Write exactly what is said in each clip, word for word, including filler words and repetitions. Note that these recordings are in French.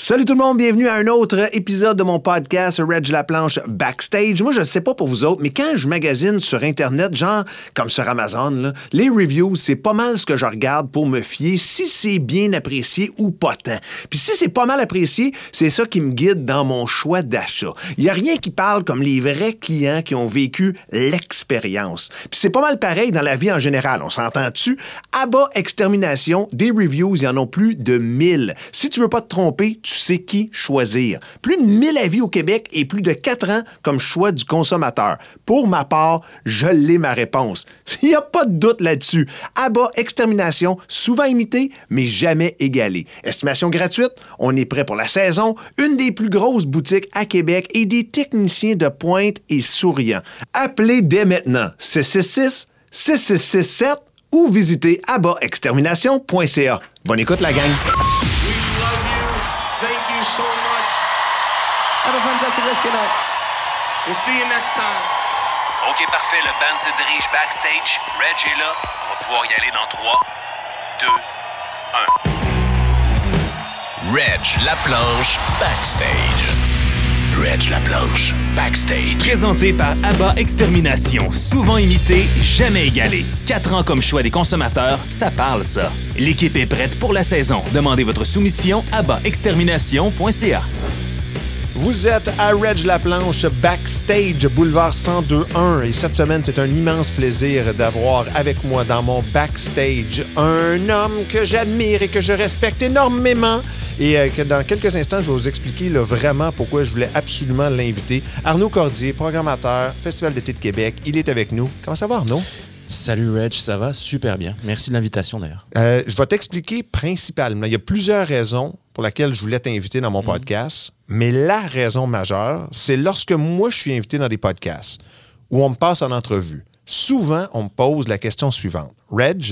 Salut tout le monde, bienvenue à un autre épisode de mon podcast Reg Laplanche Backstage. Moi, je sais pas pour vous autres, mais quand je magasine sur Internet, genre comme sur Amazon, là, les reviews, c'est pas mal ce que je regarde pour me fier si c'est bien apprécié ou pas tant. Puis si c'est pas mal apprécié, c'est ça qui me guide dans mon choix d'achat. Il y a rien qui parle comme les vrais clients qui ont vécu l'expérience. Puis c'est pas mal pareil dans la vie en général, on s'entend-tu? À bas extermination, des reviews, il y en a plus de mille. Si tu veux pas te tromper, tu sais qui choisir. Plus de mille avis au Québec et plus de quatre ans comme choix du consommateur. Pour ma part, je l'ai ma réponse. Il n'y a pas de doute là-dessus. À bas extermination, souvent imité, mais jamais égalé. Estimation gratuite, on est prêt pour la saison. Une des plus grosses boutiques à Québec et des techniciens de pointe et souriants. Appelez dès maintenant six six six, six six six sept ou visitez à bas extermination point c a. Bonne écoute la gang! Thank you so much. Have a fantastic rest of your night. We'll see you next time. OK, parfait. Le band se dirige backstage. Reg est là. On va pouvoir y aller dans trois, deux, un. Reg Laplanche Backstage. Reg Laplanche Backstage. Présenté par Abba Extermination. Souvent imité, jamais égalé. Quatre ans comme choix des consommateurs, ça parle ça. L'équipe est prête pour la saison. Demandez votre soumission à abba extermination point c a. Vous êtes à Reg Laplanche Backstage, boulevard cent deux un. Et cette semaine, c'est un immense plaisir d'avoir avec moi dans mon backstage un homme que j'admire et que je respecte énormément. Et euh, que dans quelques instants, je vais vous expliquer là, vraiment pourquoi je voulais absolument l'inviter. Arnaud Cordier, programmateur, Festival d'été de Québec. Il est avec nous. Comment ça va, Arnaud? Salut Reg, ça va super bien. Merci de l'invitation d'ailleurs. Euh, je vais t'expliquer principalement. Il y a plusieurs raisons pour lesquelles je voulais t'inviter dans mon mmh. podcast, mais la raison majeure, c'est lorsque moi je suis invité dans des podcasts où on me passe en entrevue. Souvent, on me pose la question suivante. Reg,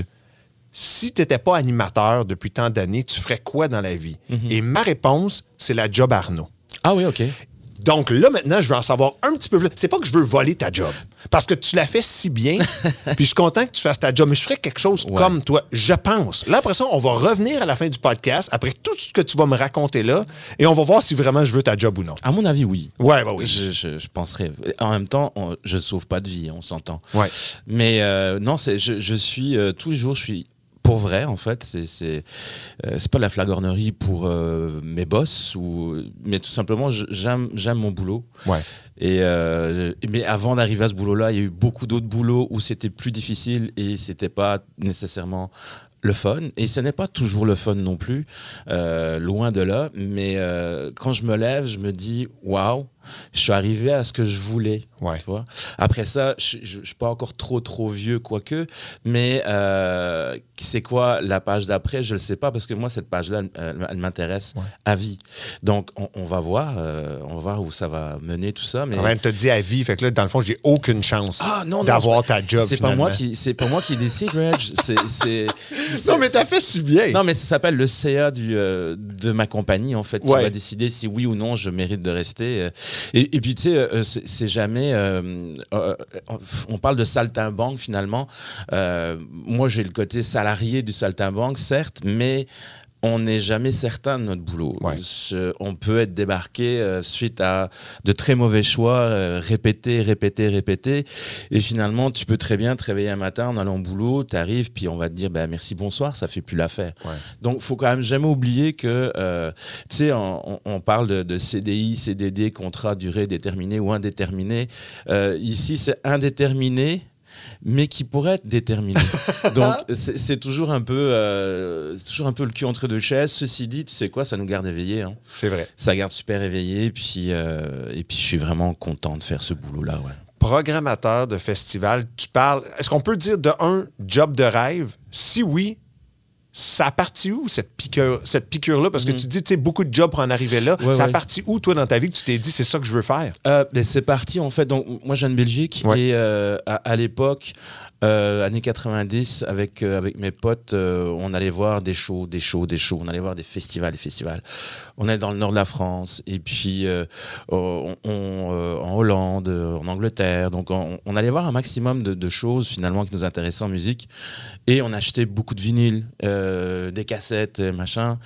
si tu n'étais pas animateur depuis tant d'années, tu ferais quoi dans la vie? Mmh. Et ma réponse, c'est la job Arnaud. Ah oui, OK. Donc là, maintenant, je veux en savoir un petit peu plus. C'est pas que je veux voler ta job, parce que tu l'as fait si bien, puis je suis content que tu fasses ta job, mais je ferais quelque chose ouais. comme toi, je pense. Là, après ça, on va revenir à la fin du podcast, après tout ce que tu vas me raconter là, et on va voir si vraiment je veux ta job ou non. À mon avis, oui. Ouais, bah oui. Je, je, je penserais. En même temps, on, je sauve pas de vie, on s'entend. Ouais. Mais euh, non, c'est, je, je suis, euh, tous les jours, je suis... Pour vrai, en fait, c'est c'est euh, c'est pas de la flagornerie pour euh, mes boss ou mais tout simplement j'aime j'aime mon boulot. Ouais. Et euh, mais avant d'arriver à ce boulot-là, il y a eu beaucoup d'autres boulots où c'était plus difficile et c'était pas nécessairement le fun. Et ce n'est pas toujours le fun non plus, euh, loin de là. Mais euh, quand je me lève, je me dis waouh. Je suis arrivé à ce que je voulais. Ouais. Tu vois? Après ça, je ne suis pas encore trop, trop vieux, quoique. Mais euh, c'est quoi la page d'après? Je ne le sais pas, parce que moi, cette page-là, elle, elle m'intéresse ouais. à vie. Donc, on, on, va voir, euh, on va voir où ça va mener, tout ça. Mais... On te dit à vie, fait que là, dans le fond, j'ai aucune chance ah, non, non, d'avoir je... ta job, c'est finalement. Pas moi qui, c'est pas moi qui décide, Reg. C'est, c'est, c'est, non, mais t'as fait si bien. Non, mais ça s'appelle le C A du, euh, de ma compagnie, en fait, qui ouais. va décider si oui ou non je mérite de rester. Et, et puis, tu sais, euh, c'est, c'est jamais... Euh, euh, on parle de saltimbanque, finalement. Euh, moi, j'ai le côté salarié du saltimbanque, certes, mais... on n'est jamais certain de notre boulot. Ouais. Je, on peut être débarqué euh, suite à de très mauvais choix, euh, répétés, répétés, répétés. Et finalement, tu peux très bien te réveiller un matin en allant au boulot, tu arrives, puis on va te dire bah, merci, bonsoir, ça fait plus l'affaire. Ouais. Donc, il faut quand même jamais oublier que, euh, tu sais, on, on parle de, de C D I, C D D, contrat durée déterminée ou indéterminée. Euh, ici, c'est indéterminé, mais qui pourrait être déterminé. Donc, c'est, c'est, toujours un peu, euh, c'est toujours un peu le cul entre deux chaises. Ceci dit, tu sais quoi, ça nous garde éveillés. Hein. C'est vrai. Ça garde super éveillés. Puis, euh, et puis, je suis vraiment content de faire ce boulot-là. Ouais. Programmateur de festival, tu parles... Est-ce qu'on peut dire de un job de rêve? Si oui, ça a parti où, cette piqûre, cette piqûre-là? Parce que mm-hmm. tu dis, tu sais, beaucoup de jobs pour en arriver là. Ouais, ça a ouais. parti où, toi, dans ta vie, que tu t'es dit, c'est ça que je veux faire? Euh, ben, c'est parti, en fait. Donc, moi, je viens de Belgique. Ouais. Et euh, à, à l'époque... Euh, années quatre-vingt-dix, avec, euh, avec mes potes, euh, on allait voir des shows, des shows, des shows. On allait voir des festivals, des festivals. On est dans le nord de la France, et puis euh, on, on, euh, en Hollande, en Angleterre. Donc on, on allait voir un maximum de, de choses finalement qui nous intéressaient en musique. Et on achetait beaucoup de vinyles, euh, des cassettes, machin.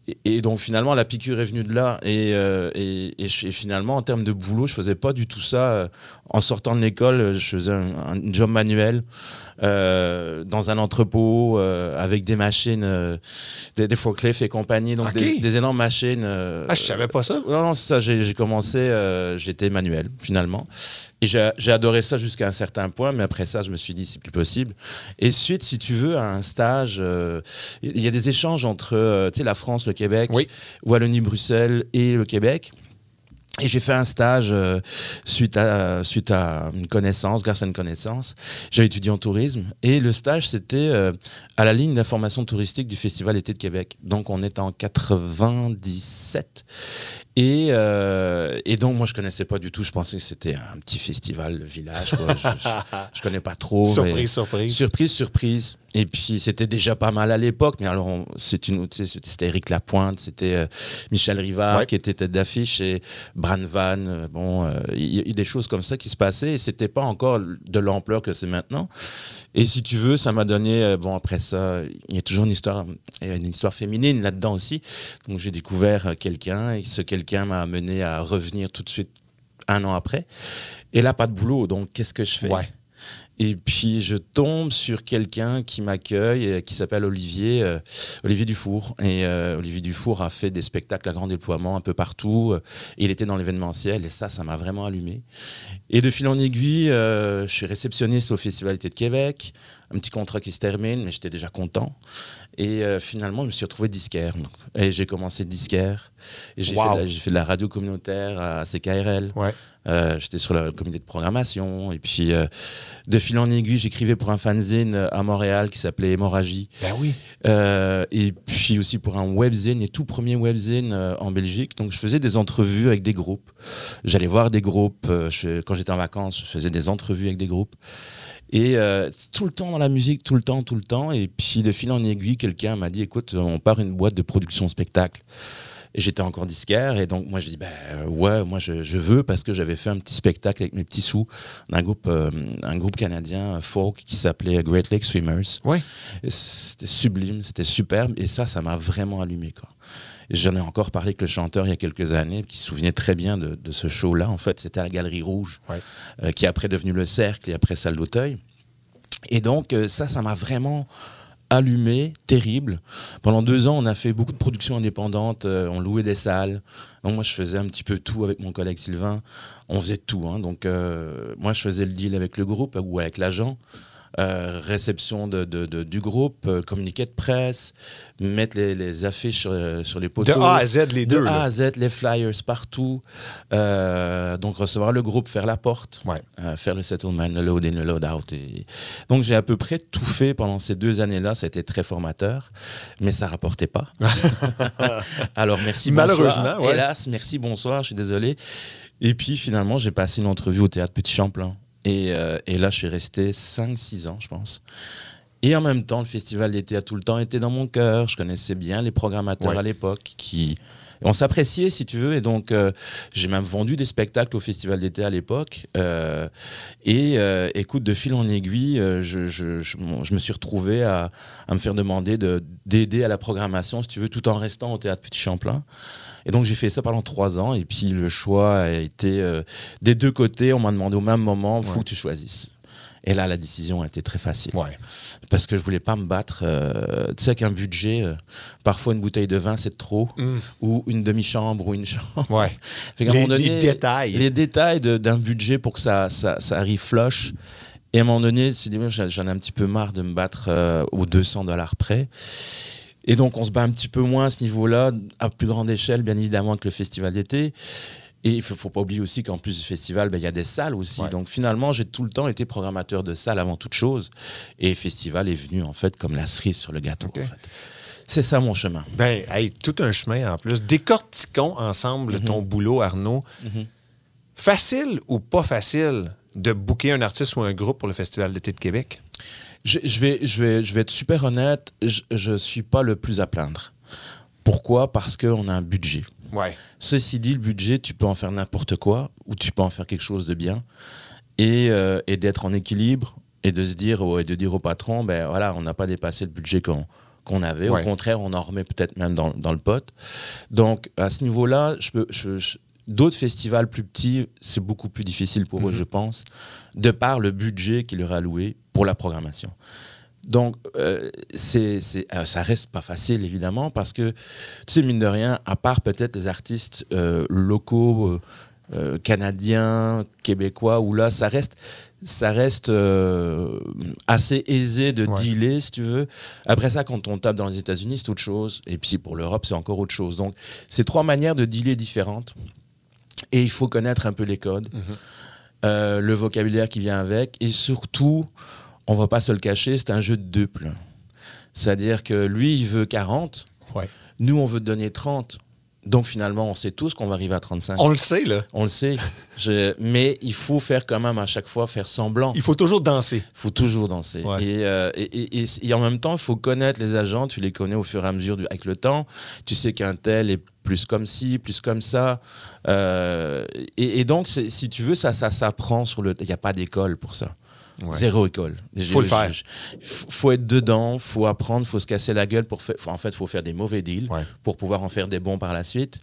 Et, et donc finalement la piqûre est venue de là et, euh, et, et, et finalement en termes de boulot je faisais pas du tout ça. Euh, en sortant de l'école je faisais un, un job manuel euh, dans un entrepôt euh, avec des machines, euh, des, des forklifts et compagnie, donc okay. des, des énormes machines. Euh, ah je savais pas ça. Non non c'est ça, j'ai, j'ai commencé, euh, j'étais manuel finalement et j'ai, j'ai adoré ça jusqu'à un certain point, mais après ça je me suis dit c'est plus possible. Et suite si tu veux à un stage, il euh, y a des échanges entre euh, tu sais la France, le Québec, oui. Wallonie-Bruxelles et le Québec. Et j'ai fait un stage euh, suite à suite à une connaissance, grâce à une connaissance. J'ai étudié en tourisme et le stage c'était euh, à la ligne d'information touristique du Festival Été de Québec. Donc on est en quatre-vingt-dix-sept et euh, et donc moi je connaissais pas du tout. Je pensais que c'était un petit festival de village, quoi. je, je, je connais pas trop. Surprise, mais... surprise. Surprise, surprise. Et puis c'était déjà pas mal à l'époque, mais alors on, c'est une, c'était Éric Lapointe, c'était euh, Michel Rivard ouais. qui était tête d'affiche et Bran Van, euh, bon, il euh, y, y a des choses comme ça qui se passaient et c'était pas encore de l'ampleur que c'est maintenant. Et si tu veux, ça m'a donné, euh, bon après ça, il y a toujours une histoire, une histoire féminine là-dedans aussi. Donc j'ai découvert quelqu'un et ce quelqu'un m'a amené à revenir tout de suite un an après. Et là pas de boulot, donc qu'est-ce que je fais ? Ouais. Et puis je tombe sur quelqu'un qui m'accueille, et qui s'appelle Olivier, euh, Olivier Dufour. Et euh, Olivier Dufour a fait des spectacles à grand déploiement un peu partout. Euh, il était dans l'événementiel et ça, ça m'a vraiment allumé. Et de fil en aiguille, euh, je suis réceptionniste au Festival Été de Québec. Un petit contrat qui se termine, mais j'étais déjà content. Et euh, finalement, je me suis retrouvé disquaire. Et j'ai commencé disquaire. Et j'ai, wow. fait, de la, j'ai fait de la radio communautaire à C K R L. Ouais. Euh, j'étais sur le comité de programmation. Et puis, euh, de fil en aiguille, j'écrivais pour un fanzine à Montréal qui s'appelait Hémorragie. Ben oui. Euh, et puis aussi pour un webzine, les tout premiers webzines euh, en Belgique. Donc, je faisais des entrevues avec des groupes. J'allais voir des groupes. Euh, je, quand j'étais en vacances, je faisais des entrevues avec des groupes. Et euh, tout le temps dans la musique, tout le temps, tout le temps. Et puis, de fil en aiguille, quelqu'un m'a dit, écoute, on part une boîte de production spectacle. Et j'étais encore disquaire. Et donc, moi, j'ai dit, ben bah, ouais, moi, je, je veux, parce que j'avais fait un petit spectacle avec mes petits sous d'un groupe, euh, un groupe canadien folk qui s'appelait Great Lake Swimmers. Ouais. Et c'était sublime, c'était superbe. Et ça, ça m'a vraiment allumé, quoi. Et j'en ai encore parlé avec le chanteur il y a quelques années, qui se souvenait très bien de, de ce show-là. En fait, c'était à la Galerie Rouge, ouais. euh, qui est après devenu le Cercle et après Salle d'Auteuil. Et donc, euh, ça, ça m'a vraiment allumé, terrible. Pendant deux ans, on a fait beaucoup de productions indépendantes, euh, on louait des salles. Donc moi, je faisais un petit peu tout avec mon collègue Sylvain. On faisait tout. Hein. Donc, euh, moi, je faisais le deal avec le groupe ou avec l'agent. Euh, réception de, de, de, du groupe, euh, communiqué de presse, mettre les, les affiches sur, euh, sur les poteaux. De A à Z, les de deux. De A là. à Z, les flyers partout. Euh, donc recevoir le groupe, faire la porte, ouais. euh, faire le settlement, le load in, le load out. Et... Donc j'ai à peu près tout fait pendant ces deux années-là. Ça a été très formateur, mais ça rapportait pas. Alors merci, malheureusement, bonsoir. Ouais. Hélas, merci, bonsoir, je suis désolé. Et puis finalement, j'ai passé une entrevue au Théâtre Petit Champlain. Et, euh, et là, je suis resté cinq six ans, je pense. Et en même temps, le Festival d'été a tout le temps été dans mon cœur. Je connaissais bien les programmateurs ouais. à l'époque. Qui... On s'appréciait, si tu veux. Et donc, euh, j'ai même vendu des spectacles au Festival d'été à l'époque. Euh, et euh, écoute, de fil en aiguille, euh, je, je, je, je me suis retrouvé à, à me faire demander de, d'aider à la programmation, si tu veux, tout en restant au Théâtre Petit Champlain. Et donc, j'ai fait ça pendant trois ans. Et puis, le choix a été euh, des deux côtés. On m'a demandé au même moment, il faut ouais. que tu choisisses. Et là, la décision a été très facile. Ouais. Parce que je voulais pas me battre. Euh, tu sais qu'un budget, euh, parfois une bouteille de vin, c'est trop. Mm. Ou une demi-chambre ou une chambre. Ouais. Fait qu'à les, un moment donné, les détails. Les détails de, d'un budget pour que ça, ça, ça arrive flush. Et à un moment donné, j'en ai un petit peu marre de me battre euh, aux deux cents dollars près. Et donc, on se bat un petit peu moins à ce niveau-là, à plus grande échelle, bien évidemment, que le Festival d'été. Et il ne faut, faut pas oublier aussi qu'en plus du festival, ben, y a des salles aussi. Ouais. Donc finalement, j'ai tout le temps été programmateur de salles avant toute chose. Et le festival est venu en fait comme la cerise sur le gâteau. Okay. En fait. C'est ça mon chemin. Ben, hey, tout un chemin en plus. Décortiquons ensemble mm-hmm. ton boulot, Arnaud. Mm-hmm. Facile ou pas facile de booker un artiste ou un groupe pour le Festival d'été de Québec? Je, je, vais, je, vais, je vais être super honnête, je ne suis pas le plus à plaindre. Pourquoi? Parce qu'on a un budget. Ouais. Ceci dit, le budget, tu peux en faire n'importe quoi ou tu peux en faire quelque chose de bien et, euh, et d'être en équilibre et de se dire, et de dire au patron, ben voilà, on n'a pas dépassé le budget qu'on, qu'on avait. Ouais. Au contraire, on en remet peut-être même dans, dans le pot. Donc, à ce niveau-là, je peux, je, je, d'autres festivals plus petits, c'est beaucoup plus difficile pour mm-hmm. eux, je pense, de par le budget qui leur est alloué pour la programmation. Donc, euh, c'est, c'est, euh, ça reste pas facile, évidemment, parce que, tu sais, mine de rien, à part peut-être les artistes euh, locaux, euh, euh, canadiens, québécois, où là, ça reste, ça reste euh, assez aisé de ouais. dealer, si tu veux. Après ça, quand on tape dans les États-Unis, c'est autre chose. Et puis, pour l'Europe, c'est encore autre chose. Donc, c'est trois manières de dealer différentes. Et il faut connaître un peu les codes, mm-hmm. euh, le vocabulaire qui vient avec, et surtout... On ne va pas se le cacher, c'est un jeu de duples. C'est-à-dire que lui, il veut quarante. Ouais. Nous, on veut te donner trente. Donc, finalement, on sait tous qu'on va arriver à trente-cinq. On le sait, là. On le sait. Je... Mais il faut faire quand même, à chaque fois, faire semblant. Il faut toujours danser. Il faut toujours danser. Ouais. Et, euh, et, et, et, et en même temps, il faut connaître les agents. Tu les connais au fur et à mesure du... avec le temps. Tu sais qu'un tel est plus comme ci, plus comme ça. Euh... Et, et donc, c'est, si tu veux, ça, ça s'apprend sur le... Il n'y a pas d'école pour ça. Ouais. Zéro école. Il faut le faire. Il faut être dedans, il faut apprendre, il faut se casser la gueule. Pour faire, faut, en fait, il faut faire des mauvais deals ouais. pour pouvoir en faire des bons par la suite.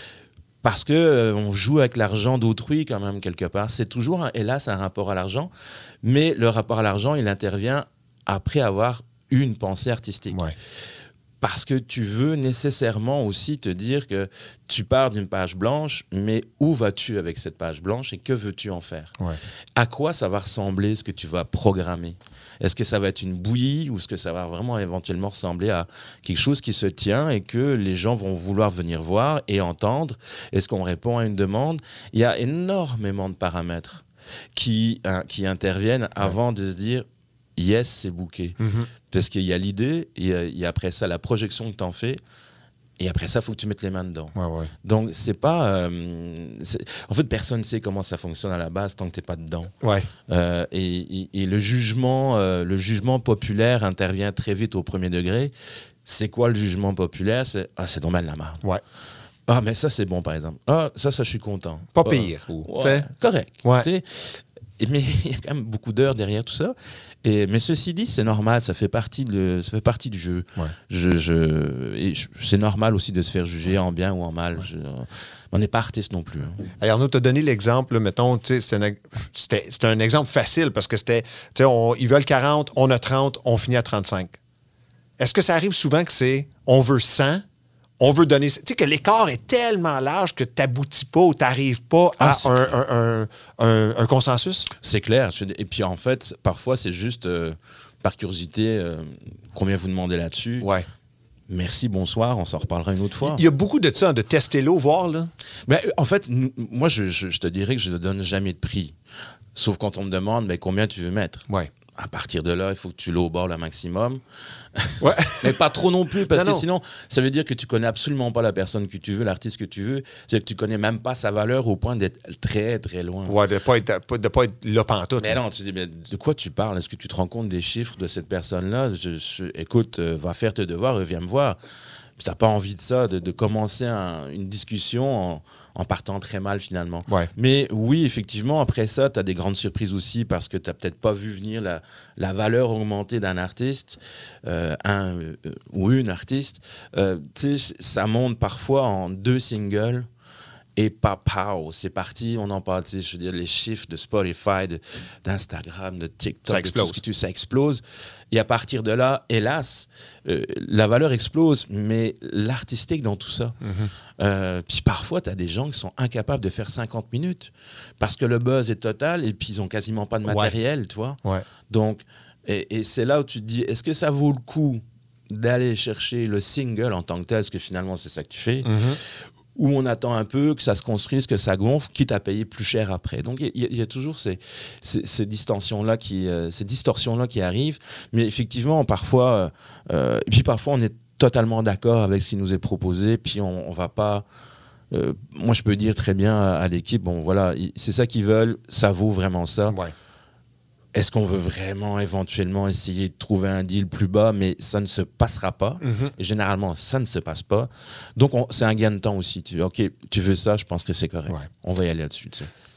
Parce qu'on euh, joue avec l'argent d'autrui quand même, quelque part. C'est toujours, un, hélas, un rapport à l'argent. Mais le rapport à l'argent, il intervient après avoir eu une pensée artistique. Ouais. Parce que tu veux nécessairement aussi te dire que tu pars d'une page blanche, mais où vas-tu avec cette page blanche et que veux-tu en faire ? Ouais. À quoi ça va ressembler ce que tu vas programmer ? Est-ce que ça va être une bouillie ou est-ce que ça va vraiment éventuellement ressembler à quelque chose qui se tient et que les gens vont vouloir venir voir et entendre ? Est-ce qu'on répond à une demande ? Il y a énormément de paramètres qui, hein, qui interviennent avant ouais. de se dire « yes, c'est booké mm-hmm. ». Parce qu'il y a l'idée, il y a, il y a après ça la projection que tu en fais, et après ça, il faut que tu mettes les mains dedans. Ouais, ouais. Donc, c'est pas... Euh, c'est... En fait, personne ne sait comment ça fonctionne à la base tant que tu n'es pas dedans. Ouais. Euh, et, et, et le jugement, euh, le jugement populaire intervient très vite au premier degré. C'est quoi le jugement populaire ? C'est « Ah, c'est normal la merde. Ouais. » Ah, mais ça, c'est bon, par exemple. Ah, ça, ça, je suis content. Pas pire. Ah, ouais, correct. Ouais. Mais il y a quand même beaucoup d'heures derrière tout ça. Et, mais ceci dit, c'est normal, ça fait partie, de, ça fait partie du jeu. Ouais. Je, je, et je, c'est normal aussi de se faire juger en bien ou en mal. Ouais. Je, on n'est pas artiste non plus. Hein. Alors, Arnaud, tu as donné l'exemple, mettons, c'était un, c'était, c'était un exemple facile parce que c'était, on, ils veulent quarante, on a trente, on finit à trente-cinq. Est-ce que ça arrive souvent que c'est on veut cent? On veut donner... Tu sais que l'écart est tellement large que tu n'aboutis pas ou tu n'arrives pas à ah, un, un, un, un, un consensus? C'est clair. Et puis, en fait, parfois, c'est juste, euh, par curiosité, euh, combien vous demandez là-dessus. Ouais. Merci, bonsoir, on s'en reparlera une autre fois. Il y a beaucoup de ça, de tester l'eau, voir, là. Ben, en fait, n- moi, je, je, je te dirais que je ne donne jamais de prix. Sauf quand on me demande, mais combien tu veux mettre? Ouais. À partir de là, il faut que tu lowballes le maximum. Ouais. Mais pas trop non plus, parce non, que non. sinon, ça veut dire que tu connais absolument pas la personne que tu veux, l'artiste que tu veux. C'est-à-dire que tu connais même pas sa valeur au point d'être très, très loin. Ouais, de pas être, de pas être là pantoute. Mais non, tu dis, mais de quoi tu parles? Est-ce que tu te rends compte des chiffres de cette personne-là? je, je, Écoute, euh, va faire tes devoirs et viens me voir. Tu n'as pas envie de ça, de, de commencer un, une discussion en, en partant très mal finalement. Ouais. Mais oui, effectivement, après ça, tu as des grandes surprises aussi parce que tu n'as peut-être pas vu venir la, la valeur augmentée d'un artiste, euh, un euh, ou une artiste. Euh, tu sais, ça monte parfois en deux singles. Et pas pow, c'est parti, on en parle, tu sais, je veux dire, les chiffres de Spotify, de, d'Instagram, de TikTok, ça explose. De tout ce que tu, ça explose. Et à partir de là, hélas, euh, la valeur explose, mais l'artistique dans tout ça. Mm-hmm. Euh, puis parfois, tu as des gens qui sont incapables de faire cinquante minutes parce que le buzz est total et puis ils n'ont quasiment pas de matériel, ouais. tu vois. Ouais. Donc, et, et c'est là où tu te dis, est-ce que ça vaut le coup d'aller chercher le single en tant que tel, parce que finalement, c'est ça que tu fais, mm-hmm. où on attend un peu que ça se construise, que ça gonfle, quitte à payer plus cher après. Donc, il y, y a toujours ces, ces, ces distensions-là qui, euh, ces distorsions-là qui arrivent. Mais effectivement, parfois, euh, et puis parfois, on est totalement d'accord avec ce qui nous est proposé, puis on, on va pas... Euh, moi, je peux dire très bien à, à l'équipe, bon, voilà, c'est ça qu'ils veulent, ça vaut vraiment ça. Ouais. Est-ce qu'on veut vraiment éventuellement essayer de trouver un deal plus bas, mais ça ne se passera pas. Mm-hmm. Et généralement, ça ne se passe pas. Donc, on, c'est un gain de temps aussi. Tu dis, OK, tu veux ça, je pense que c'est correct. Ouais. On va y aller là-dessus. Tu sais.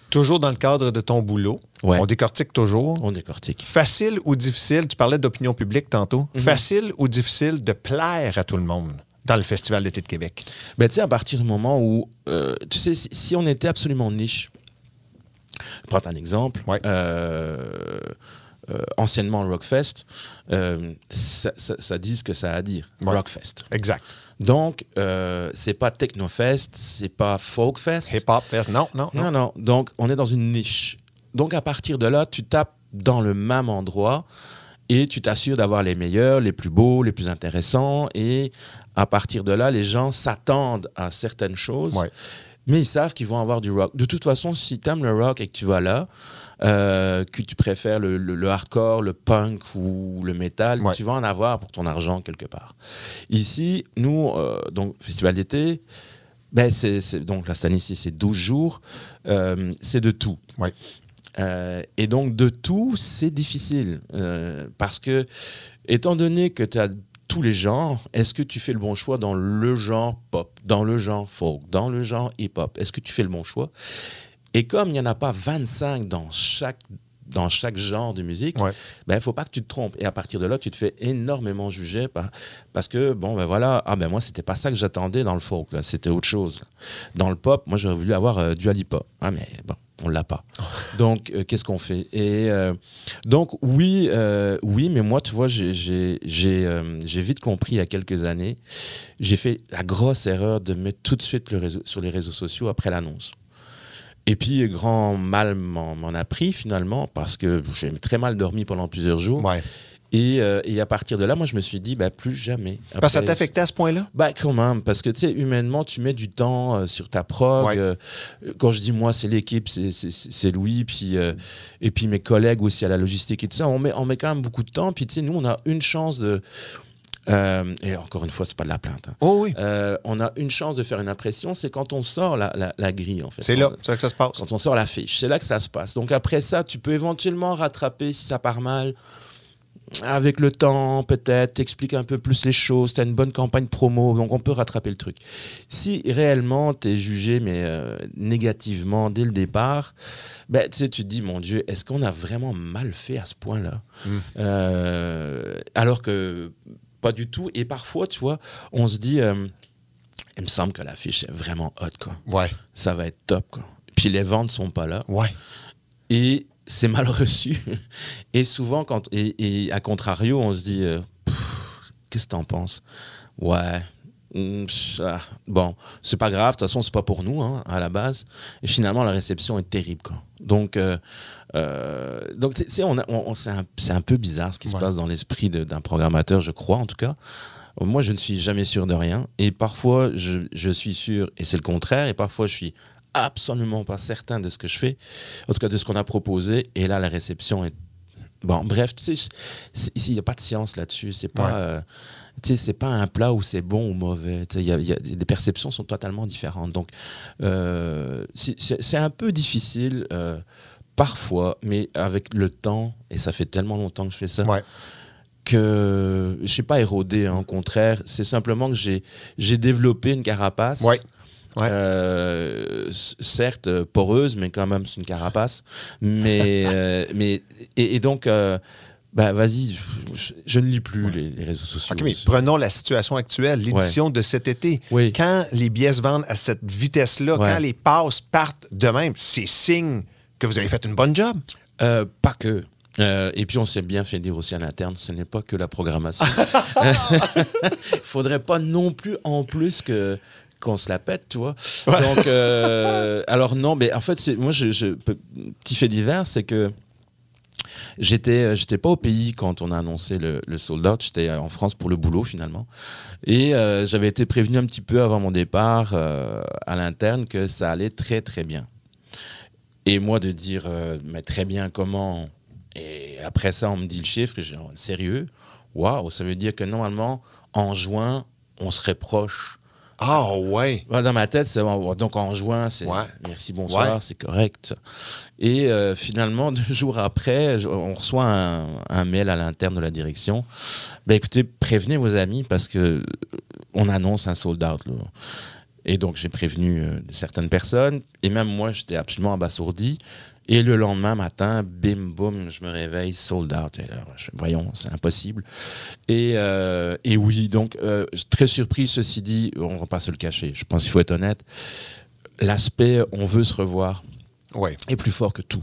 Toujours dans le cadre de ton boulot. Ouais. On décortique toujours. On décortique. Facile ou difficile, tu parlais d'opinion publique tantôt, mm-hmm. facile ou difficile de plaire à tout le monde dans le Festival d'été de Québec? Ben, tu sais, à partir du moment où, euh, tu sais, si, si on était absolument niche, je prends un exemple, ouais. euh, euh, anciennement Rockfest, euh, ça, ça, ça dit ce que ça a à dire, ouais. Rockfest. Exact. Donc, euh, c'est pas Technofest, c'est pas Folkfest. Hip-Hop Fest, non, non, non. Non, non. Donc, on est dans une niche. Donc, à partir de là, tu tapes dans le même endroit et tu t'assures d'avoir les meilleurs, les plus beaux, les plus intéressants. Et à partir de là, les gens s'attendent à certaines choses, ouais. mais ils savent qu'ils vont avoir du rock. De toute façon, si tu aimes le rock et que tu vas là, euh, que tu préfères le, le, le hardcore, le punk ou le métal, ouais. tu vas en avoir pour ton argent quelque part. Ici, nous, euh, donc Festival d'été, ben c'est, c'est, donc la cette année ici, c'est douze jours, euh, c'est de tout. Ouais. Euh, et donc de tout, c'est difficile euh, parce que, étant donné que tu as tous les genres, est-ce que tu fais le bon choix dans le genre pop, dans le genre folk, dans le genre hip-hop? Est-ce que tu fais le bon choix? Et comme il n'y en a pas vingt-cinq dans chaque, dans chaque genre de musique, ouais. ben, faut pas que tu te trompes. Et à partir de là, tu te fais énormément juger par, parce que, bon, ben voilà, ah ben moi, c'était pas ça que j'attendais dans le folk, là, c'était autre chose. Là. Dans le pop, moi, j'aurais voulu avoir euh, Dua Lipa. Ah, mais bon. On l'a pas. Donc, euh, qu'est-ce qu'on fait? Et euh, donc, oui, euh, oui, mais moi, tu vois, j'ai, j'ai, j'ai, euh, j'ai vite compris il y a quelques années, j'ai fait la grosse erreur de mettre tout de suite le réseau, sur les réseaux sociaux après l'annonce. Et puis, grand mal m'en, m'en a pris finalement, parce que j'ai très mal dormi pendant plusieurs jours. Ouais. Et, euh, et à partir de là, moi, je me suis dit, bah, plus jamais. Après, parce que ça t'affectait à ce point-là? Bah, quand même, parce que, tu sais, humainement, tu mets du temps euh, sur ta prog. Ouais. Euh, quand je dis moi, c'est l'équipe, c'est, c'est, c'est Louis, puis, euh, et puis mes collègues aussi à la logistique et tout ça. On met, on met quand même beaucoup de temps. Puis, tu sais, nous, on a une chance de... Euh, et encore une fois, c'est pas de la plainte. Hein. Oh oui. Euh, on a une chance de faire une impression, c'est quand on sort la, la, la grille, en fait. C'est là, c'est là que ça se passe. Quand on sort la fiche, c'est là que ça se passe. Donc après ça, tu peux éventuellement rattraper si ça part mal. Avec le temps, peut-être, t'expliques un peu plus les choses, t'as une bonne campagne promo, donc on peut rattraper le truc. Si réellement t'es jugé, mais euh, négativement dès le départ, ben, tu sais, tu te dis, mon Dieu, est-ce qu'on a vraiment mal fait à ce point-là? mmh. euh, Alors que pas du tout. Et parfois, tu vois, on se dit, euh, il me semble que l'affiche est vraiment hot, quoi. Ouais. Ça va être top, quoi. Puis les ventes sont pas là. Ouais. Et c'est mal reçu. Et souvent, quand, et, et à contrario, on se dit euh, qu'est-ce que t'en penses? Ouais. Mm, ah, bon, c'est pas grave, de toute façon, c'est pas pour nous, hein, à la base. Et finalement, la réception est terrible, quoi. Donc, euh, euh, donc c'est, c'est, on a, on, c'est, un, c'est un peu bizarre ce qui ouais. se passe dans l'esprit de, d'un programmateur, je crois, en tout cas. Moi, je ne suis jamais sûr de rien. Et parfois, je, je suis sûr, et c'est le contraire. Et parfois, je suis absolument pas certain de ce que je fais, en tout cas de ce qu'on a proposé, et là la réception est bon, bref, tu sais, ici il n'y a pas de science là-dessus, c'est pas ouais. euh, tu sais, c'est pas un plat où c'est bon ou mauvais, tu sais, il y a, y a des perceptions sont totalement différentes, donc euh, c'est, c'est, c'est un peu difficile euh, parfois, mais avec le temps, et ça fait tellement longtemps que je fais ça, ouais. que je ne suis pas érodé, hein, au contraire, c'est simplement que j'ai, j'ai développé une carapace. Ouais. Ouais. Euh, certes poreuse, mais quand même c'est une carapace. Mais, euh, mais et, et donc, euh, bah vas-y, je, je ne lis plus ouais. les, les réseaux sociaux. Okay, mais prenons la situation actuelle, l'édition ouais. de cet été. Oui. Quand les billets se vendent à cette vitesse-là, ouais. quand les passes partent de même, c'est signe que vous avez fait une bonne job. Euh, pas que. Euh, et puis on s'est bien fait dire aussi à l'interne, ce n'est pas que la programmation. Il faudrait pas non plus en plus que qu'on se la pète, tu vois. Ouais. Donc, euh, alors non, mais en fait, c'est, moi, je, je, petit fait divers, c'est que j'étais, j'étais pas au pays quand on a annoncé le, le sold out. J'étais en France pour le boulot finalement, et euh, j'avais été prévenu un petit peu avant mon départ euh, à l'interne que ça allait très très bien. Et moi de dire, euh, mais très bien comment? Et après ça, on me dit le chiffre, et j'ai dit, sérieux? Waouh, ça veut dire que normalement en juin, on serait proche. Ah oh, ouais. Dans ma tête, c'est donc en juin, c'est ouais. merci, bonsoir, ouais. c'est correct. Et euh, finalement, deux jours après, on reçoit un, un mail à l'interne de la direction. Ben écoutez, prévenez vos amis parce que on annonce un sold out. Là. Et donc, j'ai prévenu euh, certaines personnes. Et même moi, j'étais absolument abasourdi. Et le lendemain matin, bim, boum, je me réveille, sold out. Et là, je, voyons, c'est impossible. Et, euh, et oui, donc, euh, très surpris, ceci dit, on ne va pas se le cacher. Je pense qu'il faut être honnête. L'aspect « on veut se revoir ouais. » est plus fort que tout.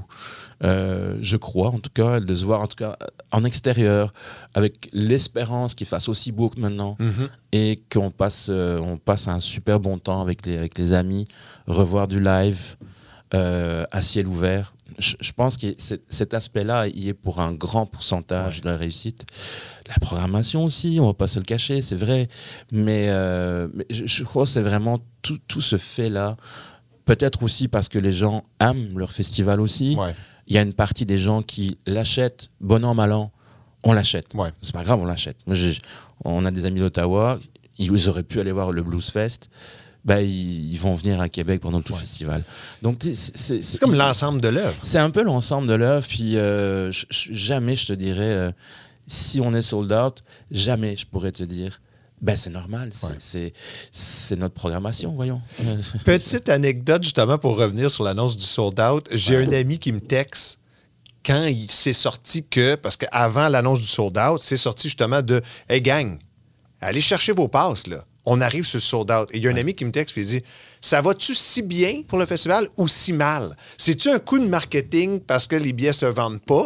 Euh, je crois, en tout cas, de se voir en tout cas en extérieur, avec l'espérance qu'il fasse aussi beau que maintenant, mm-hmm. et qu'on passe, euh, on passe un super bon temps avec les, avec les amis, revoir du live euh, à ciel ouvert. Je, je pense que c'est, cet aspect-là, il est pour un grand pourcentage ouais. de la réussite. La programmation aussi, on ne va pas se le cacher, c'est vrai, mais, euh, mais je, je crois que c'est vraiment tout, tout ce fait-là. Peut-être aussi parce que les gens aiment leur festival aussi. Ouais. Il y a une partie des gens qui l'achètent, bon an, mal an, on l'achète. Ouais. C'est pas grave, on l'achète. Moi, j'ai, on a des amis d'Ottawa, ils auraient pu aller voir le Blues Fest, ben, ils, ils vont venir à Québec pendant tout ouais. le festival. Donc, c'est, c'est, c'est, c'est comme l'ensemble de l'œuvre. C'est un peu l'ensemble de l'œuvre, puis euh, j- jamais je te dirais, euh, si on est sold out, jamais je pourrais te dire, ben c'est normal, c'est, ouais. c'est, c'est notre programmation, voyons. Petite anecdote, justement, pour revenir sur l'annonce du sold out. J'ai ouais. un ami qui me texte quand il s'est sorti que, parce qu'avant l'annonce du sold out, c'est sorti justement de « Hey gang, allez chercher vos passes, là. On arrive sur le sold out. » Et il y a un ouais. ami qui me texte et il dit « Ça va-tu si bien pour le festival ou si mal? C'est-tu un coup de marketing parce que les billets se vendent pas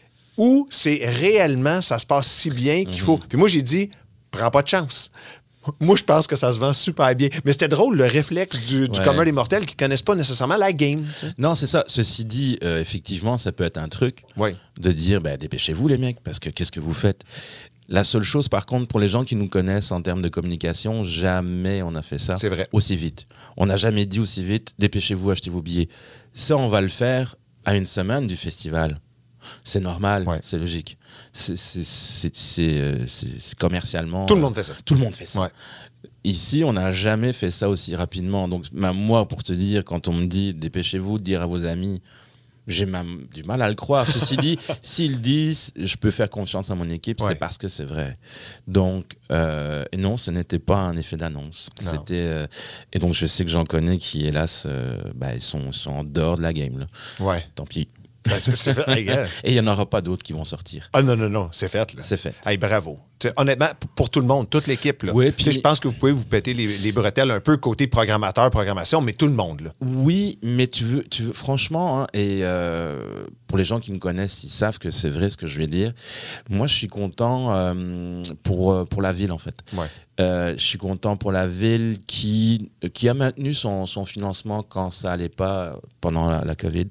ou c'est réellement, ça se passe si bien qu'il faut... » Puis moi, j'ai dit « Prends pas de chance. » Moi, je pense que ça se vend super bien. Mais c'était drôle, le réflexe du, du ouais. commun des mortels qui ne connaissent pas nécessairement la game. T'sais. Non, c'est ça. Ceci dit, euh, effectivement, ça peut être un truc ouais. de dire, ben, dépêchez-vous les mecs, parce que qu'est-ce que vous faites? La seule chose, par contre, pour les gens qui nous connaissent en termes de communication, jamais on a fait ça c'est vrai. Aussi vite. On n'a jamais dit aussi vite, dépêchez-vous, achetez vos billets. Ça, on va le faire à une semaine du festival. C'est normal, ouais. c'est logique. C'est, c'est, c'est, c'est, c'est, c'est commercialement... Tout le monde fait ça. Tout le monde fait ça. Ouais. Ici, on n'a jamais fait ça aussi rapidement. Donc, même moi, pour te dire, quand on me dit « dépêchez-vous de dire à vos amis », j'ai même du mal à le croire. Ceci dit, s'ils disent « je peux faire confiance à mon équipe ouais. », c'est parce que c'est vrai. Donc, euh, et non, ce n'était pas un effet d'annonce. C'était, euh, et donc, je sais que j'en connais qui, hélas, euh, bah, ils sont, sont en dehors de la game. Là. Ouais. Tant pis. Ben, c'est, c'est fait, hey, et il n'y en aura pas d'autres qui vont sortir. Ah non, non, non, c'est fait. Là. C'est fait. Hey, bravo. T'sais, honnêtement, pour tout le monde, toute l'équipe, là. Oui, puis... je pense que vous pouvez vous péter les, les bretelles un peu côté programmateur, programmation, mais tout le monde. Là. Oui, mais tu veux, tu veux franchement, hein, et euh, pour les gens qui me connaissent, ils savent que c'est vrai ce que je vais dire. Moi, je suis content euh, pour, pour la ville, en fait. Ouais. Euh, je suis content pour la ville qui, qui a maintenu son, son financement quand ça n'allait pas pendant la, la COVID.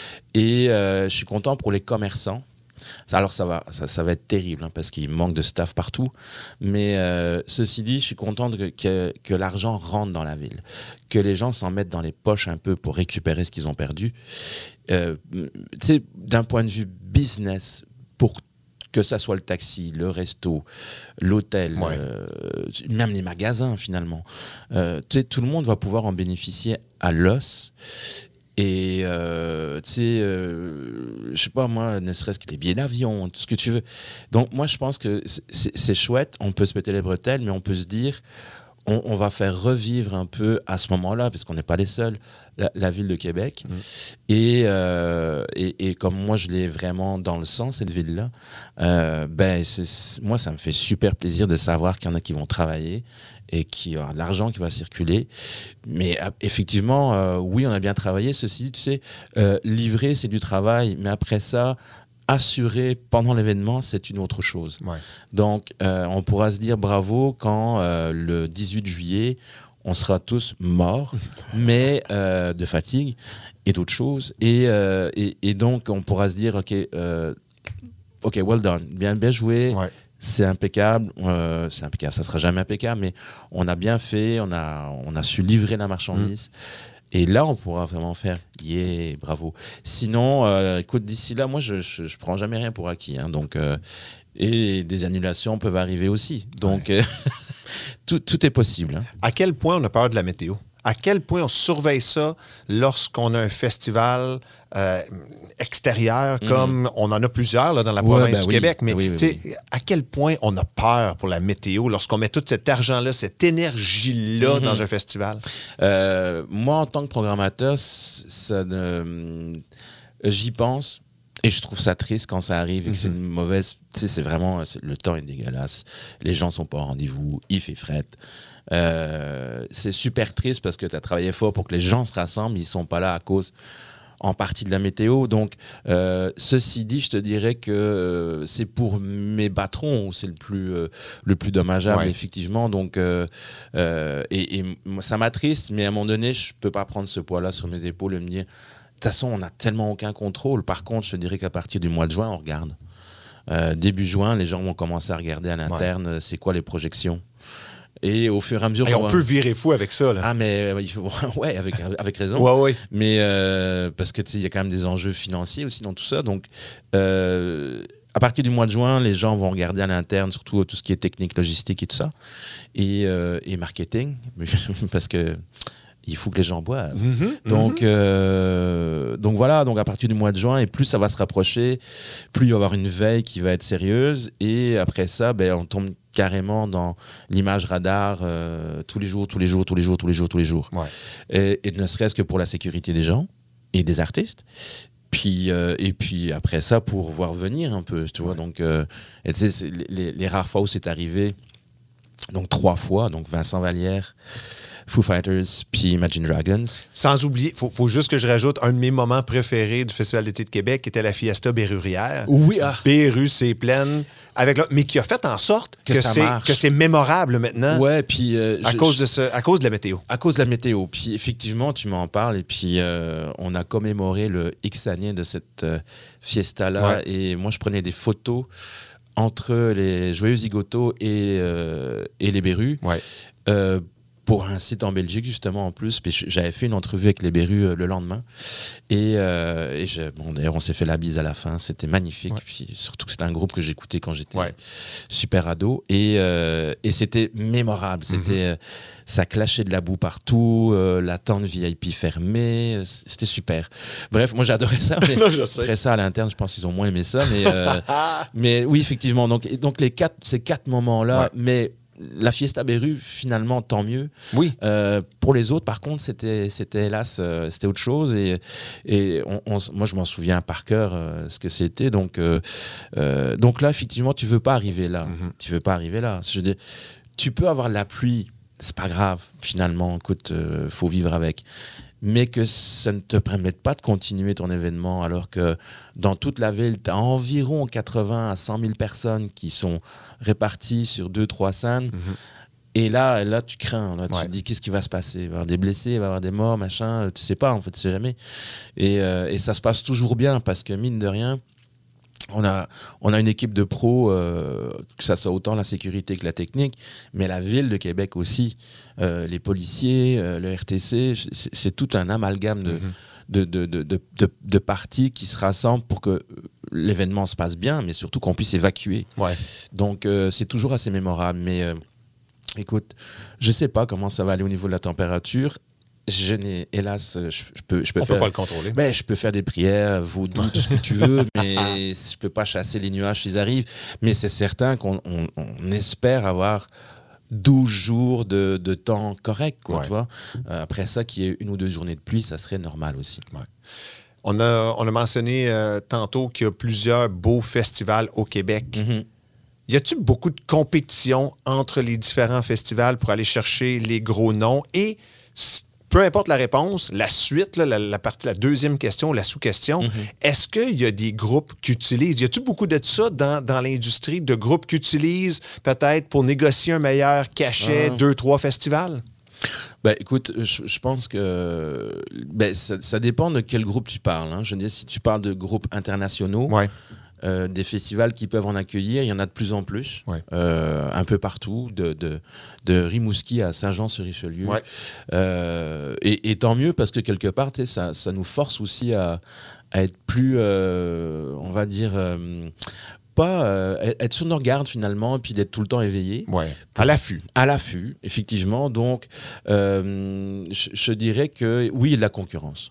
Et euh, je suis content pour les commerçants. Alors ça va, ça, ça va être terrible hein, parce qu'il manque de staff partout. Mais euh, ceci dit, je suis content de, que, que l'argent rentre dans la ville, que les gens s'en mettent dans les poches un peu pour récupérer ce qu'ils ont perdu. Euh, tu sais, d'un point de vue business, pour que ça soit le taxi, le resto, l'hôtel, ouais. euh, même les magasins finalement. Euh, tu sais, tout le monde va pouvoir en bénéficier à l'os. Et euh, tu sais, euh, je sais pas moi, ne serait-ce que les billets d'avion, tout ce que tu veux. Donc moi, je pense que c'est, c'est chouette. On peut se péter les bretelles, mais on peut se dire, on, on va faire revivre un peu à ce moment-là, parce qu'on n'est pas les seuls, la, la ville de Québec. Mmh. Et, euh, et, et comme moi, je l'ai vraiment dans le sang, cette ville-là, euh, ben c'est, moi, ça me fait super plaisir de savoir qu'il y en a qui vont travailler et qu'il y aura de l'argent qui va circuler. Mais euh, effectivement, euh, oui, on a bien travaillé. Ceci, tu sais, euh, livrer, c'est du travail, mais après ça, assurer pendant l'événement, c'est une autre chose. Ouais. Donc, euh, on pourra se dire bravo quand euh, le dix-huit juillet, on sera tous morts, mais euh, de fatigue et d'autres choses. Et, euh, et, et donc, on pourra se dire, OK, euh, OK, well done, bien, bien joué. Ouais. C'est impeccable, euh, c'est impeccable, ça sera jamais impeccable, mais on a bien fait, on a, on a su livrer la marchandise. Mmh. Et là, on pourra vraiment faire yeah, bravo. Sinon, euh, écoute, d'ici là, moi, je, je, je prends jamais rien pour acquis. Hein, donc, euh, et des annulations peuvent arriver aussi. Donc, ouais. euh, tout, tout est possible. Hein. À quel point on a peur de la météo? À quel point on surveille ça lorsqu'on a un festival euh, extérieur, mm-hmm. comme on en a plusieurs là, dans la province ouais, ben du oui. Québec. Mais oui, oui, oui. à quel point on a peur pour la météo lorsqu'on met tout cet argent-là, cette énergie-là mm-hmm. dans un festival? Euh, moi, en tant que programmateur, ça, euh, j'y pense. Et je trouve ça triste quand ça arrive et que mm-hmm. c'est une mauvaise... Tu sais, c'est vraiment... C'est, le temps est dégueulasse. Les gens sont pas au rendez-vous. Il fait fret. Euh, c'est super triste parce que tu as travaillé fort pour que les gens se rassemblent. Ils sont pas là à cause, en partie, de la météo. Donc, euh, ceci dit, je te dirais que euh, c'est pour mes patrons où c'est le plus, euh, le plus dommageable, ouais. effectivement. Donc, euh, euh, et, et ça m'attriste, mais à un moment donné, je peux pas prendre ce poids-là sur mes épaules et me dire... De toute façon, on n'a tellement aucun contrôle. Par contre, je te dirais qu'à partir du mois de juin, on regarde. Euh, début juin, les gens vont commencer à regarder à l'interne, ouais. c'est quoi les projections. Et au fur et à mesure... Et on va... peut virer fou avec ça, là. Ah, mais il faut... ouais, avec, avec raison. ouais, ouais. Mais euh, parce que, tu sais, il y a quand même des enjeux financiers aussi dans tout ça. Donc, euh, à partir du mois de juin, les gens vont regarder à l'interne, surtout tout ce qui est technique, logistique et tout ça. Et, euh, et marketing, parce que... il faut que les gens boivent. Mmh, donc, mmh. Euh, donc voilà, donc à partir du mois de juin, et plus ça va se rapprocher, plus il va y avoir une veille qui va être sérieuse. Et après ça, ben, on tombe carrément dans l'image radar euh, tous les jours, tous les jours, tous les jours, tous les jours, tous les jours. Ouais. Et, et ne serait-ce que pour la sécurité des gens et des artistes. Puis, euh, et puis après ça, pour voir venir un peu, tu vois. Ouais. Donc, euh, et tu sais, les, les rares fois où c'est arrivé, donc trois fois, donc Vincent Vallière, Foo Fighters, puis Imagine Dragons. Sans oublier, il faut, faut juste que je rajoute un de mes moments préférés du Festival d'été de Québec, qui était la Fiesta Bérurière. Oui, ah. Béru, c'est pleine, avec le, mais qui a fait en sorte que, que, c'est, que c'est mémorable maintenant. Ouais, puis... Euh, à, je, cause de ce, à cause de la météo. À cause de la météo. Puis effectivement, tu m'en parles, et puis euh, on a commémoré le X année de cette euh, Fiesta-là, ouais. et moi, je prenais des photos entre les Joyeux Zigotos et, euh, et les Bérus. Ouais. Euh, pour un site en Belgique, justement, en plus. Puis j'avais fait une entrevue avec les Bérus euh, le lendemain. Et, euh, et je, bon, d'ailleurs, on s'est fait la bise à la fin. C'était magnifique. Ouais. Puis surtout que c'était un groupe que j'écoutais quand j'étais ouais. super ado. Et, euh, et c'était mémorable. C'était, mm-hmm. ça clashait de la boue partout. Euh, la tente V I P fermée. C'était super. Bref, moi, j'adorais ça. Mais non, je sais. Après ça, à l'interne, je pense qu'ils ont moins aimé ça. Mais, euh, mais oui, effectivement. Donc, donc les quatre, ces quatre moments-là, ouais. mais... La Fiesta Béru, finalement, tant mieux. Oui. Euh, pour les autres, par contre, c'était, c'était hélas, euh, c'était autre chose. Et, et on, on, moi, je m'en souviens par cœur euh, ce que c'était. Donc, euh, euh, donc là, effectivement, tu veux pas arriver là. Mm-hmm. Tu veux pas arriver là. Je dis, tu peux avoir de la pluie, c'est pas grave. Finalement, écoute, euh, faut vivre avec. Mais que ça ne te permette pas de continuer ton événement, alors que dans toute la ville, tu as environ quatre-vingts à cent mille personnes qui sont réparties sur deux, trois scènes. Mm-hmm. Et là, là, tu crains. Là, ouais. Tu te dis, qu'est-ce qui va se passer ? Il va y avoir des blessés, il va y avoir des morts, machin. Tu sais pas, en fait, tu sais jamais. Et, euh, et ça se passe toujours bien, parce que mine de rien, On a, on a une équipe de pros, euh, que ça soit autant la sécurité que la technique, mais la ville de Québec aussi, euh, les policiers, euh, le R T C, c'est, c'est tout un amalgame de, mm-hmm. de, de, de, de, de, de parties qui se rassemblent pour que l'événement se passe bien, mais surtout qu'on puisse évacuer. Ouais. Donc euh, c'est toujours assez mémorable, mais euh, écoute, je sais pas comment ça va aller au niveau de la température. Je n'ai, hélas, je, je peux, je peux on faire. peut pas le contrôler. Ben, je peux faire des prières, vaudou, tout ce que tu veux, mais je peux pas chasser les nuages s'ils arrivent. Mais c'est certain qu'on on, on espère avoir douze jours de, de temps correct, quoi, ouais. tu vois. Euh, après ça, qu'il y ait une ou deux journées de pluie, ça serait normal aussi. Ouais. On a, on a mentionné euh, tantôt qu'il y a plusieurs beaux festivals au Québec. Mm-hmm. Y a-t-il beaucoup de compétition entre les différents festivals pour aller chercher les gros noms? Et peu importe la réponse, la suite, là, la, la partie, la deuxième question, la sous-question, mm-hmm. est-ce qu'il y a des groupes qui utilisent, y a-t-il beaucoup de ça dans, dans l'industrie, de groupes qui utilisent peut-être pour négocier un meilleur cachet, ah. deux, trois festivals? Ben, écoute, je, je pense que ben, ça, ça dépend de quel groupe tu parles. Hein. Je veux dire, si tu parles de groupes internationaux, ouais. Euh, des festivals qui peuvent en accueillir, il y en a de plus en plus, ouais. euh, un peu partout, de, de, de Rimouski à Saint-Jean-sur-Richelieu. Ouais. Euh, et, et tant mieux, parce que quelque part, ça, ça nous force aussi à, à être plus, euh, on va dire, euh, pas euh, être sur nos gardes finalement, puis d'être tout le temps éveillé. Ouais. À l'affût. À l'affût, effectivement. Donc, euh, je, je dirais que oui, il y a de la concurrence.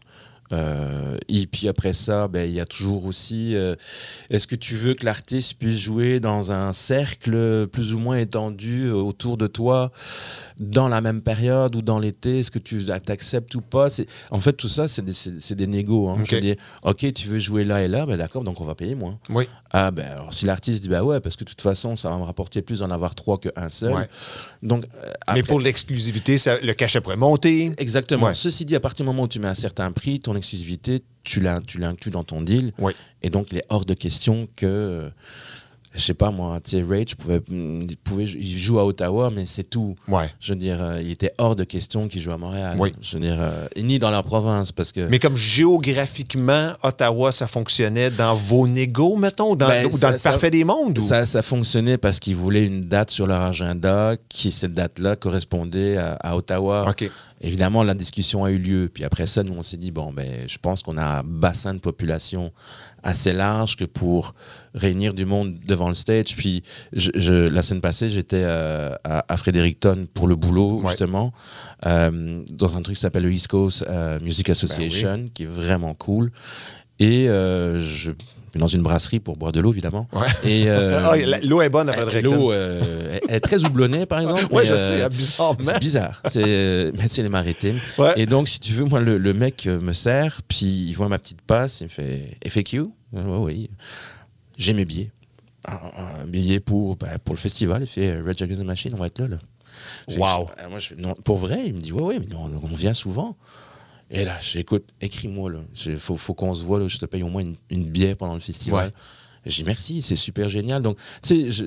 Euh, et puis après ça, ben, il y a toujours aussi, euh, est-ce que tu veux que l'artiste puisse jouer dans un cercle plus ou moins étendu autour de toi dans la même période ou dans l'été? Est-ce que tu acceptes ou pas? C'est, en fait, tout ça, c'est des, c'est, c'est des négos. Hein. Okay. Je veux dire, ok, tu veux jouer là et là, ben d'accord, donc on va payer moins. Oui. Ah ben alors si l'artiste dit bah ouais, parce que de toute façon, ça va me rapporter plus d'en avoir trois qu'un seul. Ouais. Donc, euh, après, mais pour l'exclusivité, ça, le cachet pourrait monter. Exactement. Ouais. Ceci dit, à partir du moment où tu mets un certain prix, ton exclusivité, tu l'as, tu l'inclus dans ton deal. Oui. Et donc, il est hors de question que, euh, je sais pas moi, tu sais, Rage pouvait, pouvait, il joue à Ottawa, mais c'est tout. Ouais. Je veux dire, euh, il était hors de question qu'il joue à Montréal. Oui. Je veux dire, euh, et ni dans la province, parce que. Mais comme géographiquement, Ottawa, ça fonctionnait dans vos négos, mettons, ou dans, Ben, ou dans ça, le ça, parfait des mondes? Ou? Ça, ça fonctionnait parce qu'ils voulaient une date sur leur agenda, qui cette date-là correspondait à, à Ottawa. OK. Évidemment, la discussion a eu lieu. Puis après ça, nous, on s'est dit, bon, ben, je pense qu'on a un bassin de population assez large que pour réunir du monde devant le stage. Puis je, je, la semaine passée, j'étais euh, à, à Fredericton pour le boulot, ouais. justement, euh, dans un truc qui s'appelle le East Coast euh, Music Association, ben oui. qui est vraiment cool. Et euh, je dans une brasserie pour boire de l'eau, évidemment. Ouais. Et, euh, oh, l'eau est bonne à Fredericton. L'eau euh, est très houblonnée, par exemple. Oui, je euh, sais, bizarrement. C'est bizarre. C'est médecine les maritimes. Ouais. Et donc, si tu veux, moi, le, le mec me sert, puis il voit ma petite passe, il me fait F A Q. Oui, oui. J'ai mes billets. Un, un billet pour, bah, pour le festival. Il fait Rage Against the Machine, on va être là. là. Wow. Je, moi, je, non, pour vrai, il me dit ouais, ouais, mais non, on vient souvent. Et là, j'écoute, écris-moi, là. Il faut, faut qu'on se voit, là. Je te paye au moins une, une bière pendant le festival. Ouais. J'ai dit merci, c'est super génial. Donc, tu sais,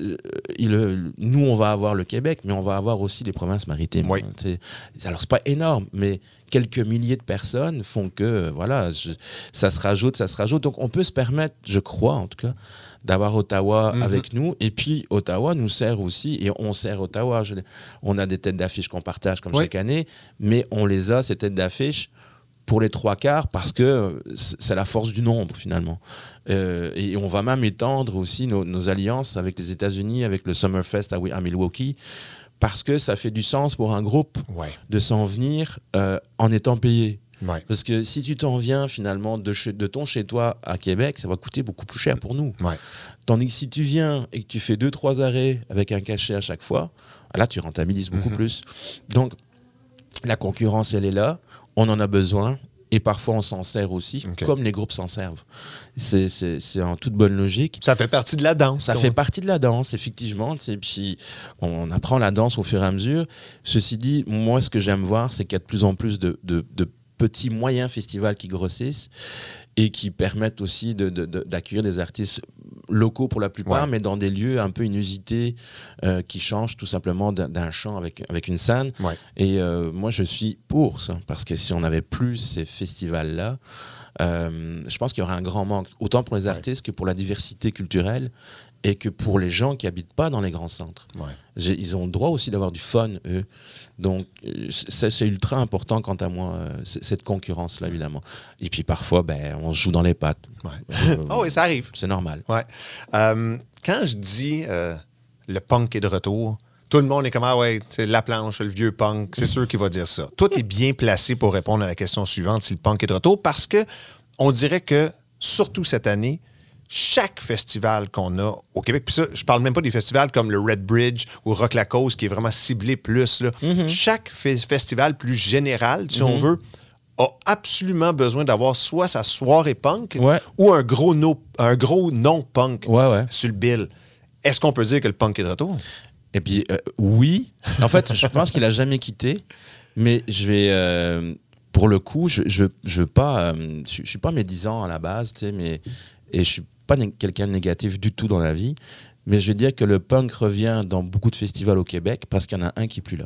il, nous, on va avoir le Québec, mais on va avoir aussi les provinces maritimes. Oui. Hein, alors, c'est pas énorme, mais quelques milliers de personnes font que, voilà, je, ça se rajoute, ça se rajoute. Donc, on peut se permettre, je crois, en tout cas, d'avoir Ottawa mm-hmm. avec nous. Et puis, Ottawa nous sert aussi, et on sert Ottawa. Je, on a des têtes d'affiche qu'on partage comme oui. chaque année, mais on les a, ces têtes d'affiche, pour les trois quarts, parce que c'est la force du nombre, finalement. Euh, et on va même étendre aussi nos, nos alliances avec les États-Unis, avec le Summerfest à, à Milwaukee, parce que ça fait du sens pour un groupe ouais. de s'en venir euh, en étant payé. Ouais. Parce que si tu t'en viens, finalement, de, che- de ton chez-toi à Québec, ça va coûter beaucoup plus cher pour nous. Ouais. Tandis que si tu viens et que tu fais deux, trois arrêts avec un cachet à chaque fois, là, tu rentabilises beaucoup mm-hmm. plus. Donc, la concurrence, elle est là. On en a besoin et parfois on s'en sert aussi, okay. comme les groupes s'en servent. C'est, c'est, c'est en toute bonne logique. Ça fait partie de la danse. Ça fait partie de la danse, effectivement. Puis on apprend la danse au fur et à mesure. Ceci dit, moi, ce que j'aime voir, c'est qu'il y a de plus en plus de, de, de petits moyens festivals qui grossissent et qui permettent aussi de, de, de, d'accueillir des artistes locaux pour la plupart, ouais. mais dans des lieux un peu inusités euh, qui changent tout simplement d'un, d'un chant avec, avec une scène. Ouais. Et euh, moi, je suis pour ça, parce que si on n'avait plus ces festivals-là, euh, je pense qu'il y aurait un grand manque, autant pour les artistes ouais. que pour la diversité culturelle et que pour les gens qui n'habitent pas dans les grands centres. Ouais. Ils ont le droit aussi d'avoir du fun, eux. Donc, c'est, c'est ultra important, quant à moi, euh, cette concurrence-là, évidemment. Et puis, parfois, ben, on se joue dans les pattes. Ouais. Euh, oh oui, ça arrive. C'est normal. Ouais. Euh, quand je dis euh, le punk est de retour, tout le monde est comme « Ah ouais, c'est la planche, le vieux punk. » C'est sûr qu'il va dire ça. Toi, tu es bien placé pour répondre à la question suivante, si le punk est de retour, parce que on dirait que, surtout cette année, chaque festival qu'on a au Québec, puis ça, je parle même pas des festivals comme le Red Bridge ou Rock La Cause, qui est vraiment ciblé plus, là. Mm-hmm. Chaque f- festival plus général, si mm-hmm. on veut, a absolument besoin d'avoir soit sa soirée punk ouais. ou un gros, no, un gros non punk ouais, ouais. sur le bill. Est-ce qu'on peut dire que le punk est de retour? Et puis, euh, oui. En fait, je pense qu'il a jamais quitté, mais je vais... Euh, pour le coup, je je, je veux pas... Euh, je, je suis pas médisant à la base, tu sais, mais... Et je suis pas né- quelqu'un de négatif du tout dans la vie, mais je veux dire que le punk revient dans beaucoup de festivals au Québec parce qu'il y en a un qui est plus là.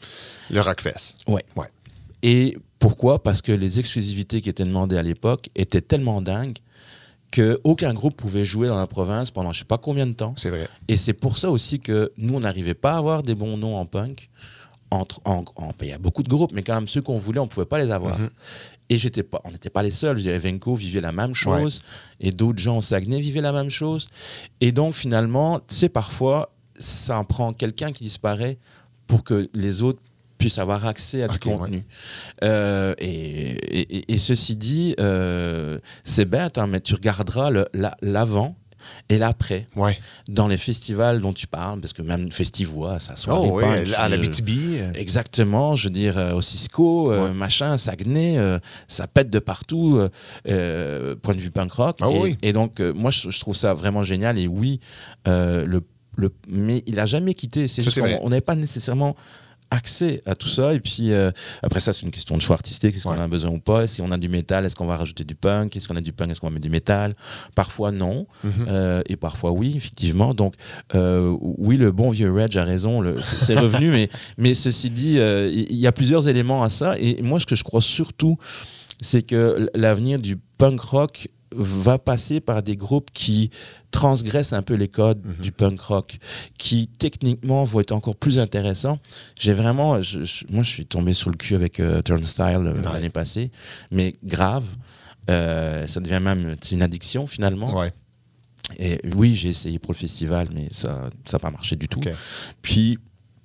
Le Rockfest. Ouais. ouais. Et pourquoi? Parce que les exclusivités qui étaient demandées à l'époque étaient tellement dingues qu'aucun groupe pouvait jouer dans la province pendant je sais pas combien de temps. C'est vrai. Et c'est pour ça aussi que nous, on n'arrivait pas à avoir des bons noms en punk. Entre, en, en, il y a beaucoup de groupes, mais quand même, ceux qu'on voulait, on ne pouvait pas les avoir. Mm-hmm. Et j'étais pas, on n'était pas les seuls. Je dirais, Venko vivait la même chose, ouais. et d'autres gens au Saguenay vivaient la même chose. Et donc, finalement, tu sais, parfois, ça en prend quelqu'un qui disparaît pour que les autres puissent avoir accès à du okay, contenu. Ouais. Euh, et, et, et ceci dit, euh, c'est bête, hein, mais tu regarderas le, la, l'avant et l'après ouais. dans les festivals dont tu parles, parce que même Festivois, ça soirée oh, punk, oui, à l'Abitibi. Euh, exactement, je veux dire, euh, au Cisco, euh, ouais. machin, Saguenay, euh, ça pète de partout, euh, euh, point de vue punk rock. Oh, et, oui. et donc, euh, moi, je, je trouve ça vraiment génial. Et oui, euh, le, le, mais il n'a jamais quitté. C'est ça, juste qu'on n'avait pas nécessairement accès à tout ça, et puis euh, après ça c'est une question de choix artistique, est-ce ouais. qu'on a besoin ou pas, si on a du métal, est-ce qu'on va rajouter du punk, est-ce qu'on a du punk, est-ce qu'on va mettre du métal, parfois non, mm-hmm. euh, et parfois oui, effectivement, donc euh, oui, le bon vieux Reg a raison, le, c'est, c'est revenu, mais, mais ceci dit, il euh, y a plusieurs éléments à ça, et moi ce que je crois surtout, c'est que l'avenir du punk rock va passer par des groupes qui transgressent un peu les codes mm-hmm. du punk rock, qui techniquement vont être encore plus intéressants. J'ai vraiment, je, je, moi je suis tombé sur le cul avec euh, Turnstile euh, ouais. l'année passée, mais grave, euh, ça devient même une addiction finalement. Ouais. Et oui, j'ai essayé pour le festival, mais ça n'a pas marché du tout. Okay. Puis,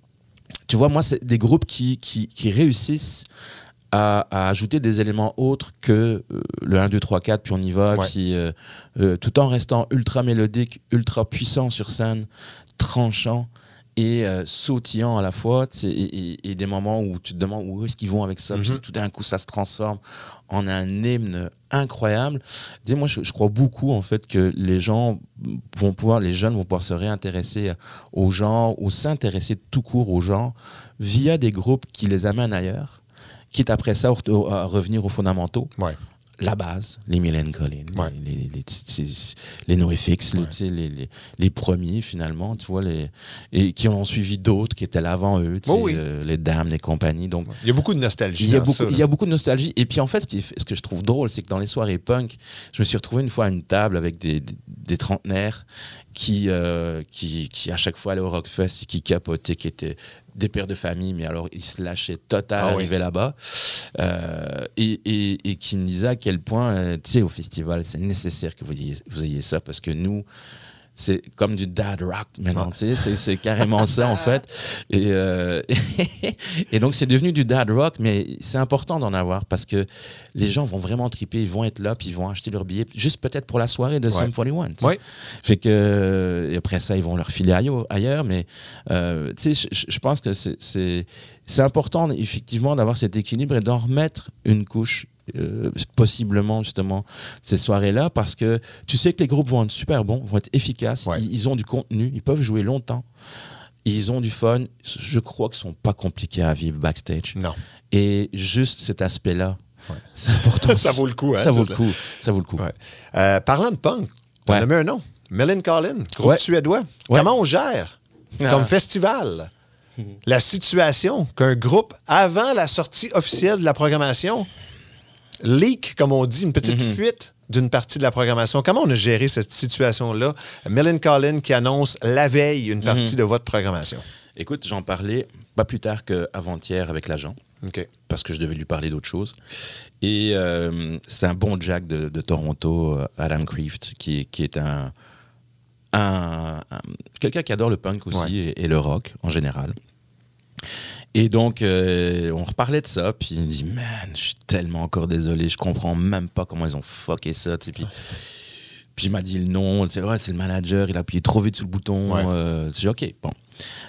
tu vois, moi, c'est des groupes qui, qui, qui réussissent À, à ajouter des éléments autres que euh, le un, deux, trois, quatre, puis on y va, ouais. puis, euh, euh, tout en restant ultra mélodique, ultra puissant sur scène, tranchant et euh, sautillant à la fois, et, et, et des moments où tu te demandes où est-ce qu'ils vont avec ça, mm-hmm. puis tout d'un coup ça se transforme en un hymne incroyable. Dis, moi je, je crois beaucoup en fait que les gens vont pouvoir, les jeunes vont pouvoir se réintéresser au genre, ou s'intéresser tout court au genre via des groupes qui les amènent ailleurs, quitte après ça à revenir aux fondamentaux. Ouais. La base, les Millen Collins, ouais. les, les, les, les, les NoFX, ouais. les, les, les, les premiers finalement, tu vois, les, et qui en ont suivi d'autres qui étaient là avant eux, oh oui. euh, les Damned et compagnie. Donc, il y a beaucoup de nostalgie. Il y a, beaucoup, ça, il y a beaucoup de nostalgie. Et puis en fait, ce, qui, ce que je trouve drôle, c'est que dans les soirées punk, je me suis retrouvé une fois à une table avec des, des, des trentenaires qui, euh, qui, qui, à chaque fois, allaient au Rockfest et qui capotaient, qui étaient des pères de famille, mais alors ils se lâchaient total ah arriver oui. là-bas, euh, et, et, et qui me disaient à quel point, euh, tu sais, au festival, c'est nécessaire que vous ayez, vous ayez ça, parce que nous, c'est comme du dad rock maintenant, tu sais, c'est, c'est carrément ça en fait. Et, euh, et donc c'est devenu du dad rock, mais c'est important d'en avoir parce que les gens vont vraiment triper, ils vont être là, puis ils vont acheter leur billet, juste peut-être pour la soirée de Sum quarante et un. Ouais. Fait que, et après ça, ils vont leur filer ailleurs, mais euh, tu sais, je, je pense que c'est, c'est, c'est important effectivement d'avoir cet équilibre et d'en remettre une couche. Euh, possiblement justement ces soirées-là, parce que tu sais que les groupes vont être super bons, vont être efficaces, ouais. ils, ils ont du contenu, ils peuvent jouer longtemps, ils ont du fun, je crois qu'ils sont pas compliqués à vivre backstage. Non. Et juste cet aspect-là, ouais. c'est important. Ça vaut le coup. Hein, ça, vaut le coup. ça vaut le coup. Ouais. Euh, parlant de punk, on a mis un nom, Millen Collins, groupe ouais. suédois. Ouais. Comment on gère ah. comme festival la situation qu'un groupe, avant la sortie officielle de la programmation, leak, comme on dit, une petite mm-hmm. fuite d'une partie de la programmation. Comment on a géré cette situation-là? Millen Collins qui annonce la veille une partie mm-hmm. de votre programmation. Écoute, j'en parlais pas plus tard qu'avant-hier avec l'agent, okay. parce que je devais lui parler d'autre chose. Et euh, c'est un bon Jack de, de Toronto, Adam Kreeft, qui, qui est un, un, un quelqu'un qui adore le punk aussi ouais. et, et le rock en général. Et donc, euh, on reparlait de ça, puis il me dit « Man, je suis tellement encore désolé, je comprends même pas comment ils ont fucké ça. » Puis, puis il m'a dit le nom, c'est vrai, c'est le manager, il a appuyé trop vite sur le bouton. Ouais. Euh, j'ai dit « Ok, bon. Euh, »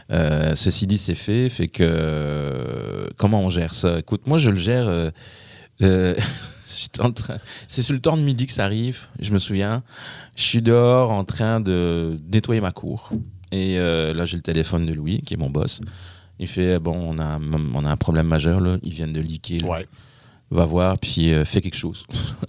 Ceci dit, c'est fait, fait que... Euh, comment on gère ça? Écoute, moi, je le gère... Euh, euh, en train, c'est sur le temps de midi que ça arrive, je me souviens. Je suis dehors en train de nettoyer ma cour. Et euh, là, j'ai le téléphone de Louis, qui est mon boss. Il fait, bon, on a, on a un problème majeur, là. Ils viennent de leaker. Ouais. Va voir, puis euh, fais quelque chose.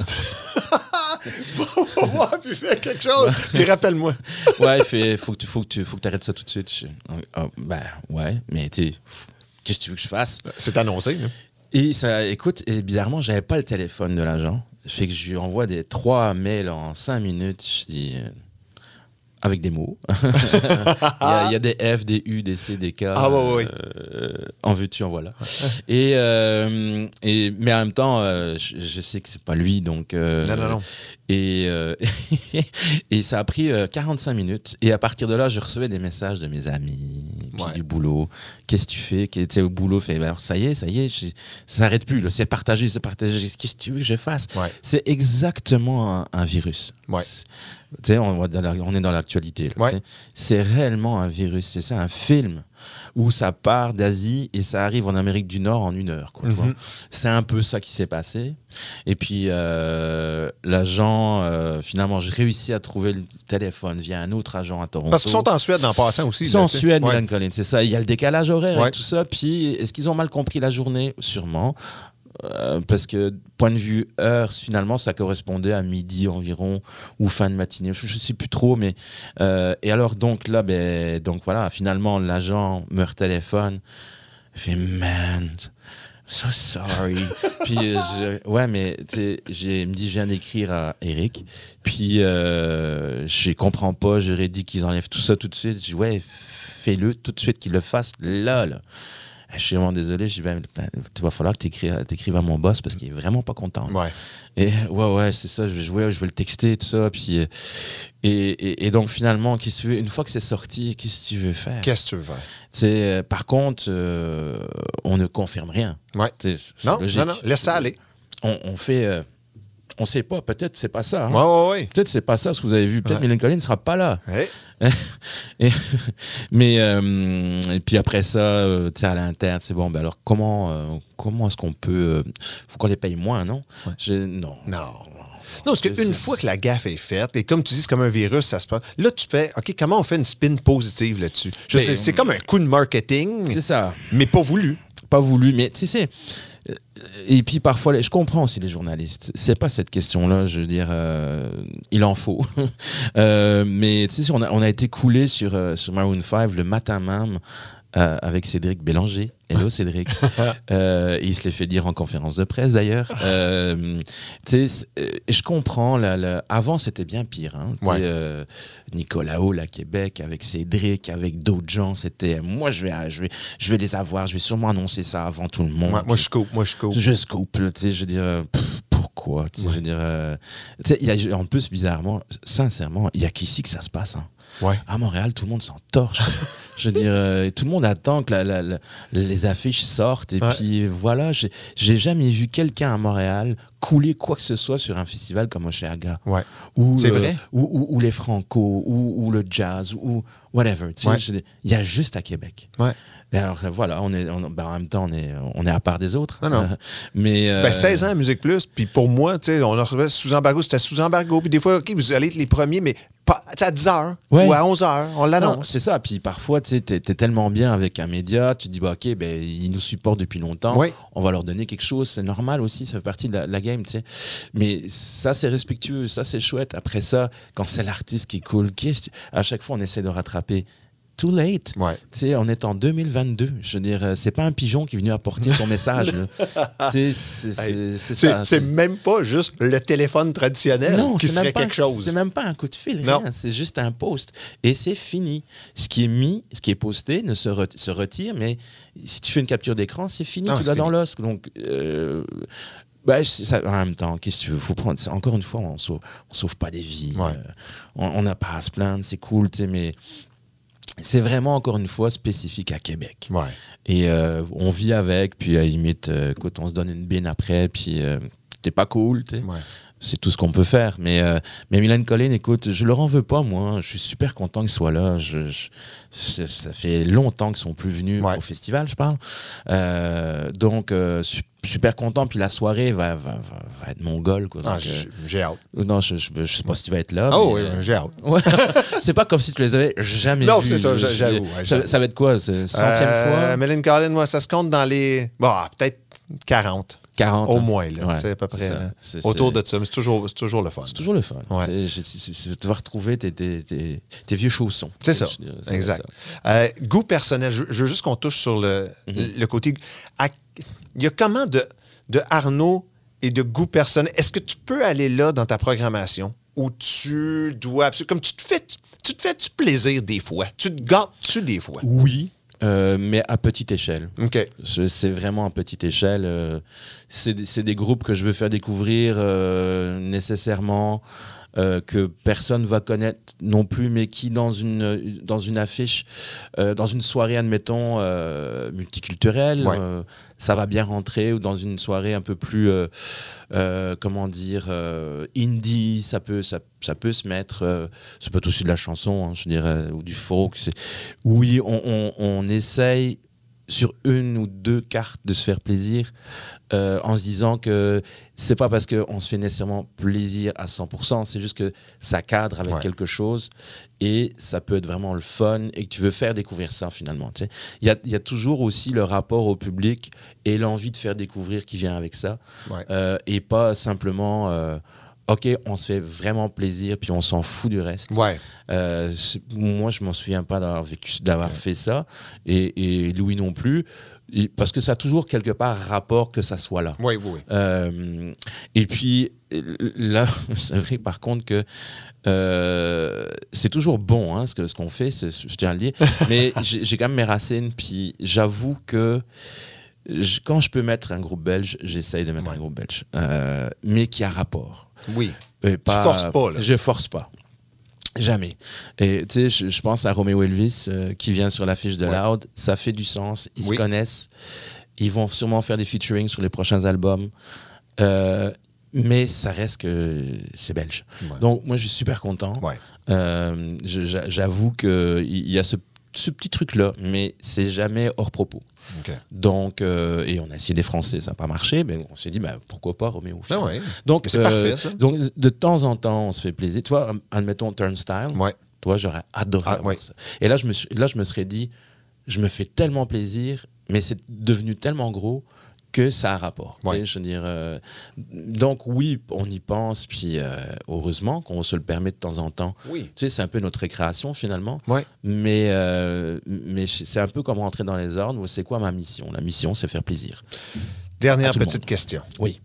Va voir, puis fais quelque chose. Puis rappelle-moi. Ouais, il fait, faut que tu faut que tu, faut que tu arrêtes ça tout de suite. Je, oh, ben, ouais, mais tu sais, qu'est-ce que tu veux que je fasse? C'est annoncé, là. Et ça, écoute, et bizarrement, j'avais pas le téléphone de l'agent. Fait que je lui envoie des trois mails en cinq minutes. Je dis, Avec des mots. il, y a, il y a des F, des U, des C, des K. Ah ouais, ouais. Euh, en veux-tu, en voilà. et, euh, et, mais en même temps, euh, je, je sais que c'est pas lui, donc... Euh, non, non, non. Et, euh, et ça a pris euh, quarante-cinq minutes. Et à partir de là, je recevais des messages de mes amis, puis ouais. du boulot. Qu'est-ce que tu fais? Tu sais, au boulot, fait, ben, ça y est, ça y est, je, ça s'arrête plus. Là. C'est partagé, c'est partagé. Qu'est-ce que tu veux que je fasse? Ouais. C'est exactement un, un virus. Ouais. Tu sais, on, on est dans l'actualité. Là, ouais. C'est réellement un virus. C'est ça, un film où ça part d'Asie et ça arrive en Amérique du Nord en une heure. Quoi, mm-hmm. C'est un peu ça qui s'est passé. Et puis, euh, l'agent, euh, finalement, j'ai réussi à trouver le téléphone via un autre agent à Toronto. Parce qu'ils sont en Suède en passant aussi. Ils sont là, en Suède, ouais. Milan Collins, c'est ça. Il y a le décalage horaire ouais. et tout ça. Puis, est-ce qu'ils ont mal compris la journée? Sûrement. Euh, parce que point de vue heure, finalement, ça correspondait à midi environ ou fin de matinée. Je ne sais plus trop, mais euh, et alors donc là, ben donc voilà, finalement l'agent me retéléphone, il fait man, so sorry. Puis je, ouais, mais tu sais, j'ai me dit je viens d'écrire à Eric, puis euh, je comprends pas, j'aurais dit qu'ils enlèvent tout ça tout de suite. Je dis ouais, fais-le tout de suite, qu'ils le fassent là là. Je suis vraiment désolé, je dis, ben, il va falloir que tu écrives à mon boss parce qu'il est vraiment pas content. Ouais. Et ouais, ouais, c'est ça, je vais jouer, je vais le texter et tout ça. Puis, et, et, et donc finalement, qu'est-ce que tu veux, une fois que c'est sorti, qu'est-ce que tu veux faire? Qu'est-ce que tu veux faire? C'est, par contre, euh, on ne confirme rien. Ouais. C'est, c'est non, logique. non, non, laisse ça aller. On, on fait... Euh, on sait pas, peut-être c'est pas ça. Hein. Ouais, ouais, ouais. Peut-être c'est pas ça ce que vous avez vu. Peut-être ouais. Milan Collins ne sera pas là. Ouais. et, mais euh, et puis après ça, euh, tu sais, à l'interne, c'est bon. Ben alors comment euh, comment est-ce qu'on peut euh, faut qu'on les paye moins, non? Ouais. Je, Non. Non. Non, parce qu'une fois que la gaffe est faite, et comme tu dis, c'est comme un virus, ça se passe. Là, tu fais, OK, comment on fait une spin positive là-dessus? Je veux dire, c'est comme un coup de marketing. C'est ça. Mais pas voulu. Pas voulu, mais tu sais, c'est. Et puis parfois, je comprends aussi les journalistes. C'est pas cette question-là, je veux dire, euh, il en faut. euh, mais tu sais, on a, on a été coulé sur, euh, sur Maroon cinq le matin même euh, avec Cédric Bélanger. Hello Cédric. euh, il se l'est fait dire en conférence de presse d'ailleurs. Euh, tu sais, je comprends. La, la... Avant, c'était bien pire. Hein. Ouais. Euh, Nicolas Hall à Québec, avec Cédric, avec d'autres gens, c'était moi, je vais, je vais, je vais les avoir. Je vais sûrement annoncer ça avant tout le monde. Ouais, moi, je scoop. Moi, je scoop. Je scoop. Tu sais, je veux dire, pff, pourquoi tu sais, ouais. Je veux dire, euh, tu sais, il y a, en plus, bizarrement, sincèrement, il y a qu'ici que ça se passe. Hein. Ouais. À Montréal, tout le monde s'en torche. Je veux dire, euh, tout le monde attend que la, la, la, les affiches sortent. Et ouais. puis voilà, j'ai, j'ai jamais vu quelqu'un à Montréal couler quoi que ce soit sur un festival comme Oshéaga. Ouais. Ou, c'est euh, vrai. Ou, ou, ou les Franco, ou, ou le jazz, ou whatever. Il ouais. y a juste à Québec. Ouais. Et alors voilà, on est, on, ben en même temps, on est, on est à part des autres. Non, non. Euh, mais euh... ben, seize ans à Musique Plus, puis pour moi, tu sais, on a retrouvé sous embargo, c'était sous embargo, puis des fois, OK, vous allez être les premiers, mais pas, à dix heures ouais. ou à onze heures, on l'annonce. Non, c'est ça, puis parfois, tu sais, t'es, t'es tellement bien avec un média, tu te dis, bah, OK, ben, ils nous supportent depuis longtemps, ouais. on va leur donner quelque chose, c'est normal aussi, ça fait partie de la, la game, tu sais. Mais ça, c'est respectueux, ça, c'est chouette. Après ça, quand c'est l'artiste qui coule, à chaque fois, on essaie de rattraper. Too late. Ouais. Tu sais, on est en deux mille vingt-deux. Je veux dire, c'est pas un pigeon qui est venu apporter ton message. c'est, c'est, c'est, hey, c'est, c'est, ça, c'est même pas juste le téléphone traditionnel non, qui serait pas, quelque chose. C'est même pas un coup de fil, non. rien. C'est juste un post. Et c'est fini. Ce qui est mis, ce qui est posté ne se, re- se retire, mais si tu fais une capture d'écran, c'est fini. Non, tu l'as dans l'os. Donc, euh, bah, ça, en même temps, qu'est-ce que tu veux? Faut prendre, encore une fois, on sauve, on sauve pas des vies. Ouais. Euh, on n'a pas à se plaindre, c'est cool, tu sais, mais. C'est vraiment, encore une fois, spécifique à Québec. Ouais. Et euh, on vit avec, puis à la limite, euh, écoute, on se donne une bine après, puis euh, t'es pas cool, tu sais. Ouais. C'est tout ce qu'on peut faire. Mais, euh, mais Milan Collins, écoute, je leur en veux pas, moi. Je suis super content qu'ils soient là. Je, je, ça fait longtemps qu'ils sont plus venus ouais. au festival, je parle. Euh, donc, euh, super content. Puis la soirée va, va, va, va être mongole. Quoi. Ah, donc, j'ai, euh, j'ai hâte. Non, je, je, je sais pas si tu vas être là. Oh mais, oui, euh, j'ai hâte. Ouais. C'est pas comme si tu les avais jamais non, vus. Non, c'est ça, je, j'avoue, ouais, j'avoue. Ça, ça va être quoi? C'est centième euh, fois? Milan Collins, moi, ça se compte dans les... Bon, peut-être quarante. quarante Au hein. moins, là, ouais, tu sais, à peu près. ça, là, c'est, autour c'est... de ça, mais c'est toujours, c'est toujours le fun. C'est toujours le fun. Ouais. Tu vas retrouver tes, tes, tes, tes vieux chaussons. C'est ça, dirais, c'est exact. Ça. Euh, goût personnel, je, je veux juste qu'on touche sur le, mm-hmm. le côté... Il y a comment de, de Arnaud et de goût personnel? Est-ce que tu peux aller là dans ta programmation où tu dois... Comme tu te fais... Tu te fais-tu plaisir des fois? Tu te gâtes-tu des fois? Oui. Euh, mais à petite échelle. OK. Je- C'est vraiment à petite échelle. euh, c'est des- c'est des groupes que je veux faire découvrir euh, nécessairement, euh, que personne va connaître non plus, mais qui, dans une, dans une affiche, euh, dans une soirée, admettons, euh, multiculturelle, Ouais. euh, ça va bien rentrer, ou dans une soirée un peu plus, euh, euh, comment dire, euh, indie, ça peut, ça, ça peut se mettre. Euh, ça peut être aussi de la chanson, hein, je dirais, ou du folk. c'est- Oui, on, on, on essaye sur une ou deux cartes de se faire plaisir, euh, en se disant que c'est pas parce qu'on se fait nécessairement plaisir à cent pour cent, c'est juste que ça cadre avec Ouais. quelque chose et ça peut être vraiment le fun et que tu veux faire découvrir ça finalement. tu sais. Il y a, il y a toujours aussi le rapport au public et l'envie de faire découvrir qui vient avec ça, Ouais. euh, et pas simplement euh, OK, on se fait vraiment plaisir puis on s'en fout du reste. Ouais. Euh, c'est- moi, je m'en souviens pas d'avoir vécu, d'avoir fait ça, et, et Louis non plus, et- parce que ça a toujours quelque part rapport que ça soit là. Oui, oui, oui. Euh, et puis là, c'est vrai par contre que euh, c'est toujours bon, hein, ce que ce qu'on fait, c'est- je tiens à le dire, mais j'ai j'ai quand même mes racines, puis j'avoue que je- quand je peux mettre un groupe belge, j'essaye de mettre Ouais. un groupe belge, euh, mais qui a rapport. Oui. Et pas, forces pas, là. Je force pas. Jamais. Et tu sais, je, je pense à Roméo Elvis euh, qui vient sur l'affiche de Ouais. Loud. Ça fait du sens. Ils Oui. se connaissent. Ils vont sûrement faire des featuring sur les prochains albums. Euh, mais ça reste que c'est belge. Ouais. Donc, moi, je suis super content. Ouais. Euh, je- j'a- j'avoue qu'il y a ce, ce petit truc-là, mais c'est jamais hors propos. OK. Donc, euh, et on a essayé des Français, ça n'a pas marché, mais on s'est dit, bah, pourquoi pas Roméo Ah finalement. ouais. Donc, Mais c'est parfait, ça. donc, de temps en temps, on se fait plaisir. Tu vois, admettons Turnstile. Ouais. Toi, j'aurais adoré Ah, avoir ouais. ça. Et là je, me suis, là, je me serais dit, je me fais tellement plaisir, mais c'est devenu tellement gros que ça a rapport. Ouais. Tu sais, je veux dire, euh, donc, oui, on y pense, puis euh, heureusement qu'on se le permet de temps en temps. Oui. Tu sais, c'est un peu notre récréation finalement. Ouais. Mais, euh, mais c'est un peu comme rentrer dans les ordres. C'est quoi ma mission? La mission, c'est faire plaisir. Dernière À tout le petite monde. question. Oui.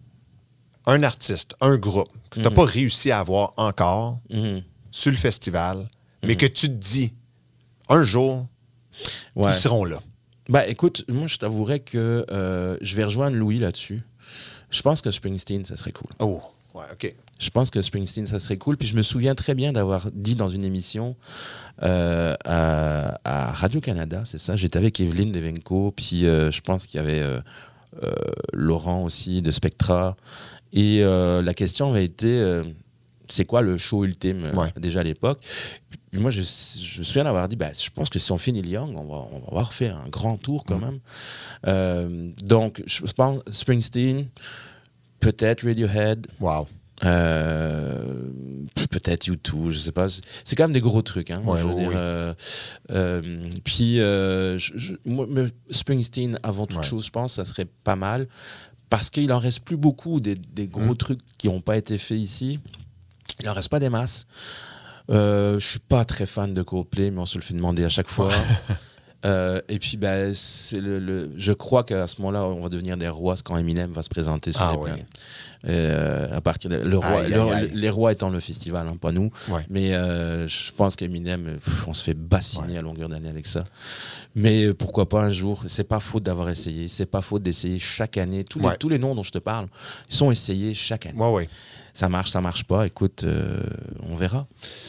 Un artiste, un groupe que tu n'as Mhm. pas réussi à avoir encore Mhm. sur le festival, mais Mhm. que tu te dis, un jour, Ouais. ils seront là. Bah écoute, moi je t'avouerais que euh, je vais rejoindre Louis là-dessus. Je pense que Springsteen, ça serait cool. Oh, ouais, OK. Je pense que Springsteen, ça serait cool. Puis je me souviens très bien d'avoir dit dans une émission euh, à, à Radio-Canada, c'est ça, j'étais avec Evelyne Devenko, puis euh, je pense qu'il y avait euh, euh, Laurent aussi de Spectra. Et euh, la question avait été, euh, c'est quoi le show ultime, euh, Ouais. déjà à l'époque. Puis moi, je, je me souviens d'avoir dit, bah, je pense que si on fait Neil Young, on va, on va refaire un grand tour quand même. Euh, donc, je pense Springsteen, peut-être Radiohead, Wow. euh, peut-être U deux, je sais pas. C'est c'est quand même des gros trucs. Hein, Ouais, je veux oui, dire, oui. euh, euh, puis, euh, je- je- moi, me- Springsteen, avant toute Ouais. chose, je pense, ça serait pas mal. Parce qu'il en reste plus beaucoup des, des gros Mm. trucs qui n'ont pas été faits ici. Il en reste pas des masses. Euh, je suis pas très fan de Coldplay, mais on se le fait demander à chaque fois. Euh, et puis, ben, c'est le, le- je crois qu'à ce moment-là, on va devenir des rois quand Eminem va se présenter sur Ah les ouais. plaines. Euh, à partir de, le roi, Aïe, le- aïe, aïe. les rois étant le festival, hein, pas nous. Ouais. Mais euh, je pense qu'Eminem, pff, on se fait bassiner à longueur d'année avec ça. Mais euh, pourquoi pas un jour? C'est pas faute d'avoir essayé. C'est pas faute d'essayer chaque année. Tous les, Ouais. tous les noms dont je te parle, ils sont essayés chaque année. Ouais, ouais. Ça marche, ça marche pas. Écoute, euh, on verra.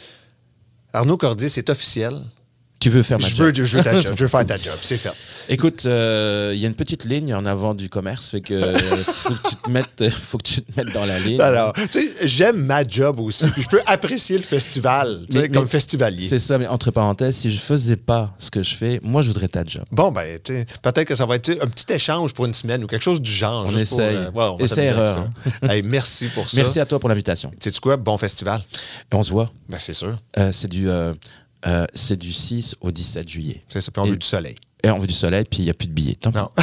Arnaud Cordier, c'est officiel. Tu veux faire ma Je job? veux, je veux ta job. Je veux faire ta job. C'est fait. Écoute, il euh, y a une petite ligne en avant du commerce, fait que euh, faut que tu te mettes, faut que tu te mettes dans la ligne. Alors, tu sais, j'aime ma job aussi. Puis je peux apprécier le festival, tu sais, Mais- comme mais festivalier. C'est ça, mais entre parenthèses, si je faisais pas ce que je fais, moi, je voudrais ta job. Bon, ben, tu sais, peut-être que ça va être un petit échange pour une semaine ou quelque chose du genre. On juste pour, essaye. euh, ouais, on va Essai s'amuser avec erreur, ça. Hey, merci pour ça. Merci à toi pour l'invitation. Sais-tu quoi? Bon festival. Et on se voit. Ben, c'est sûr. Euh, c'est du, euh, euh, c'est du six au dix-sept juillet. C'est ça. Puis on Et- veut du soleil. Et on veut du soleil, puis il n'y a plus de billets. Tant pis. Non.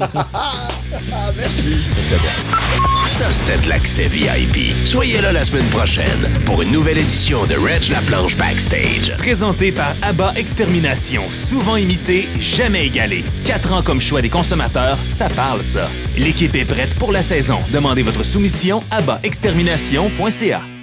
Merci. Merci à toi. Ça, c'était de l'accès V I P. Soyez là la semaine prochaine pour une nouvelle édition de Reg Laplanche Backstage. Présenté par Abba Extermination, souvent imité, jamais égalé. Quatre ans comme choix des consommateurs, ça parle ça. L'équipe est prête pour la saison. Demandez votre soumission à abba extermination point c a.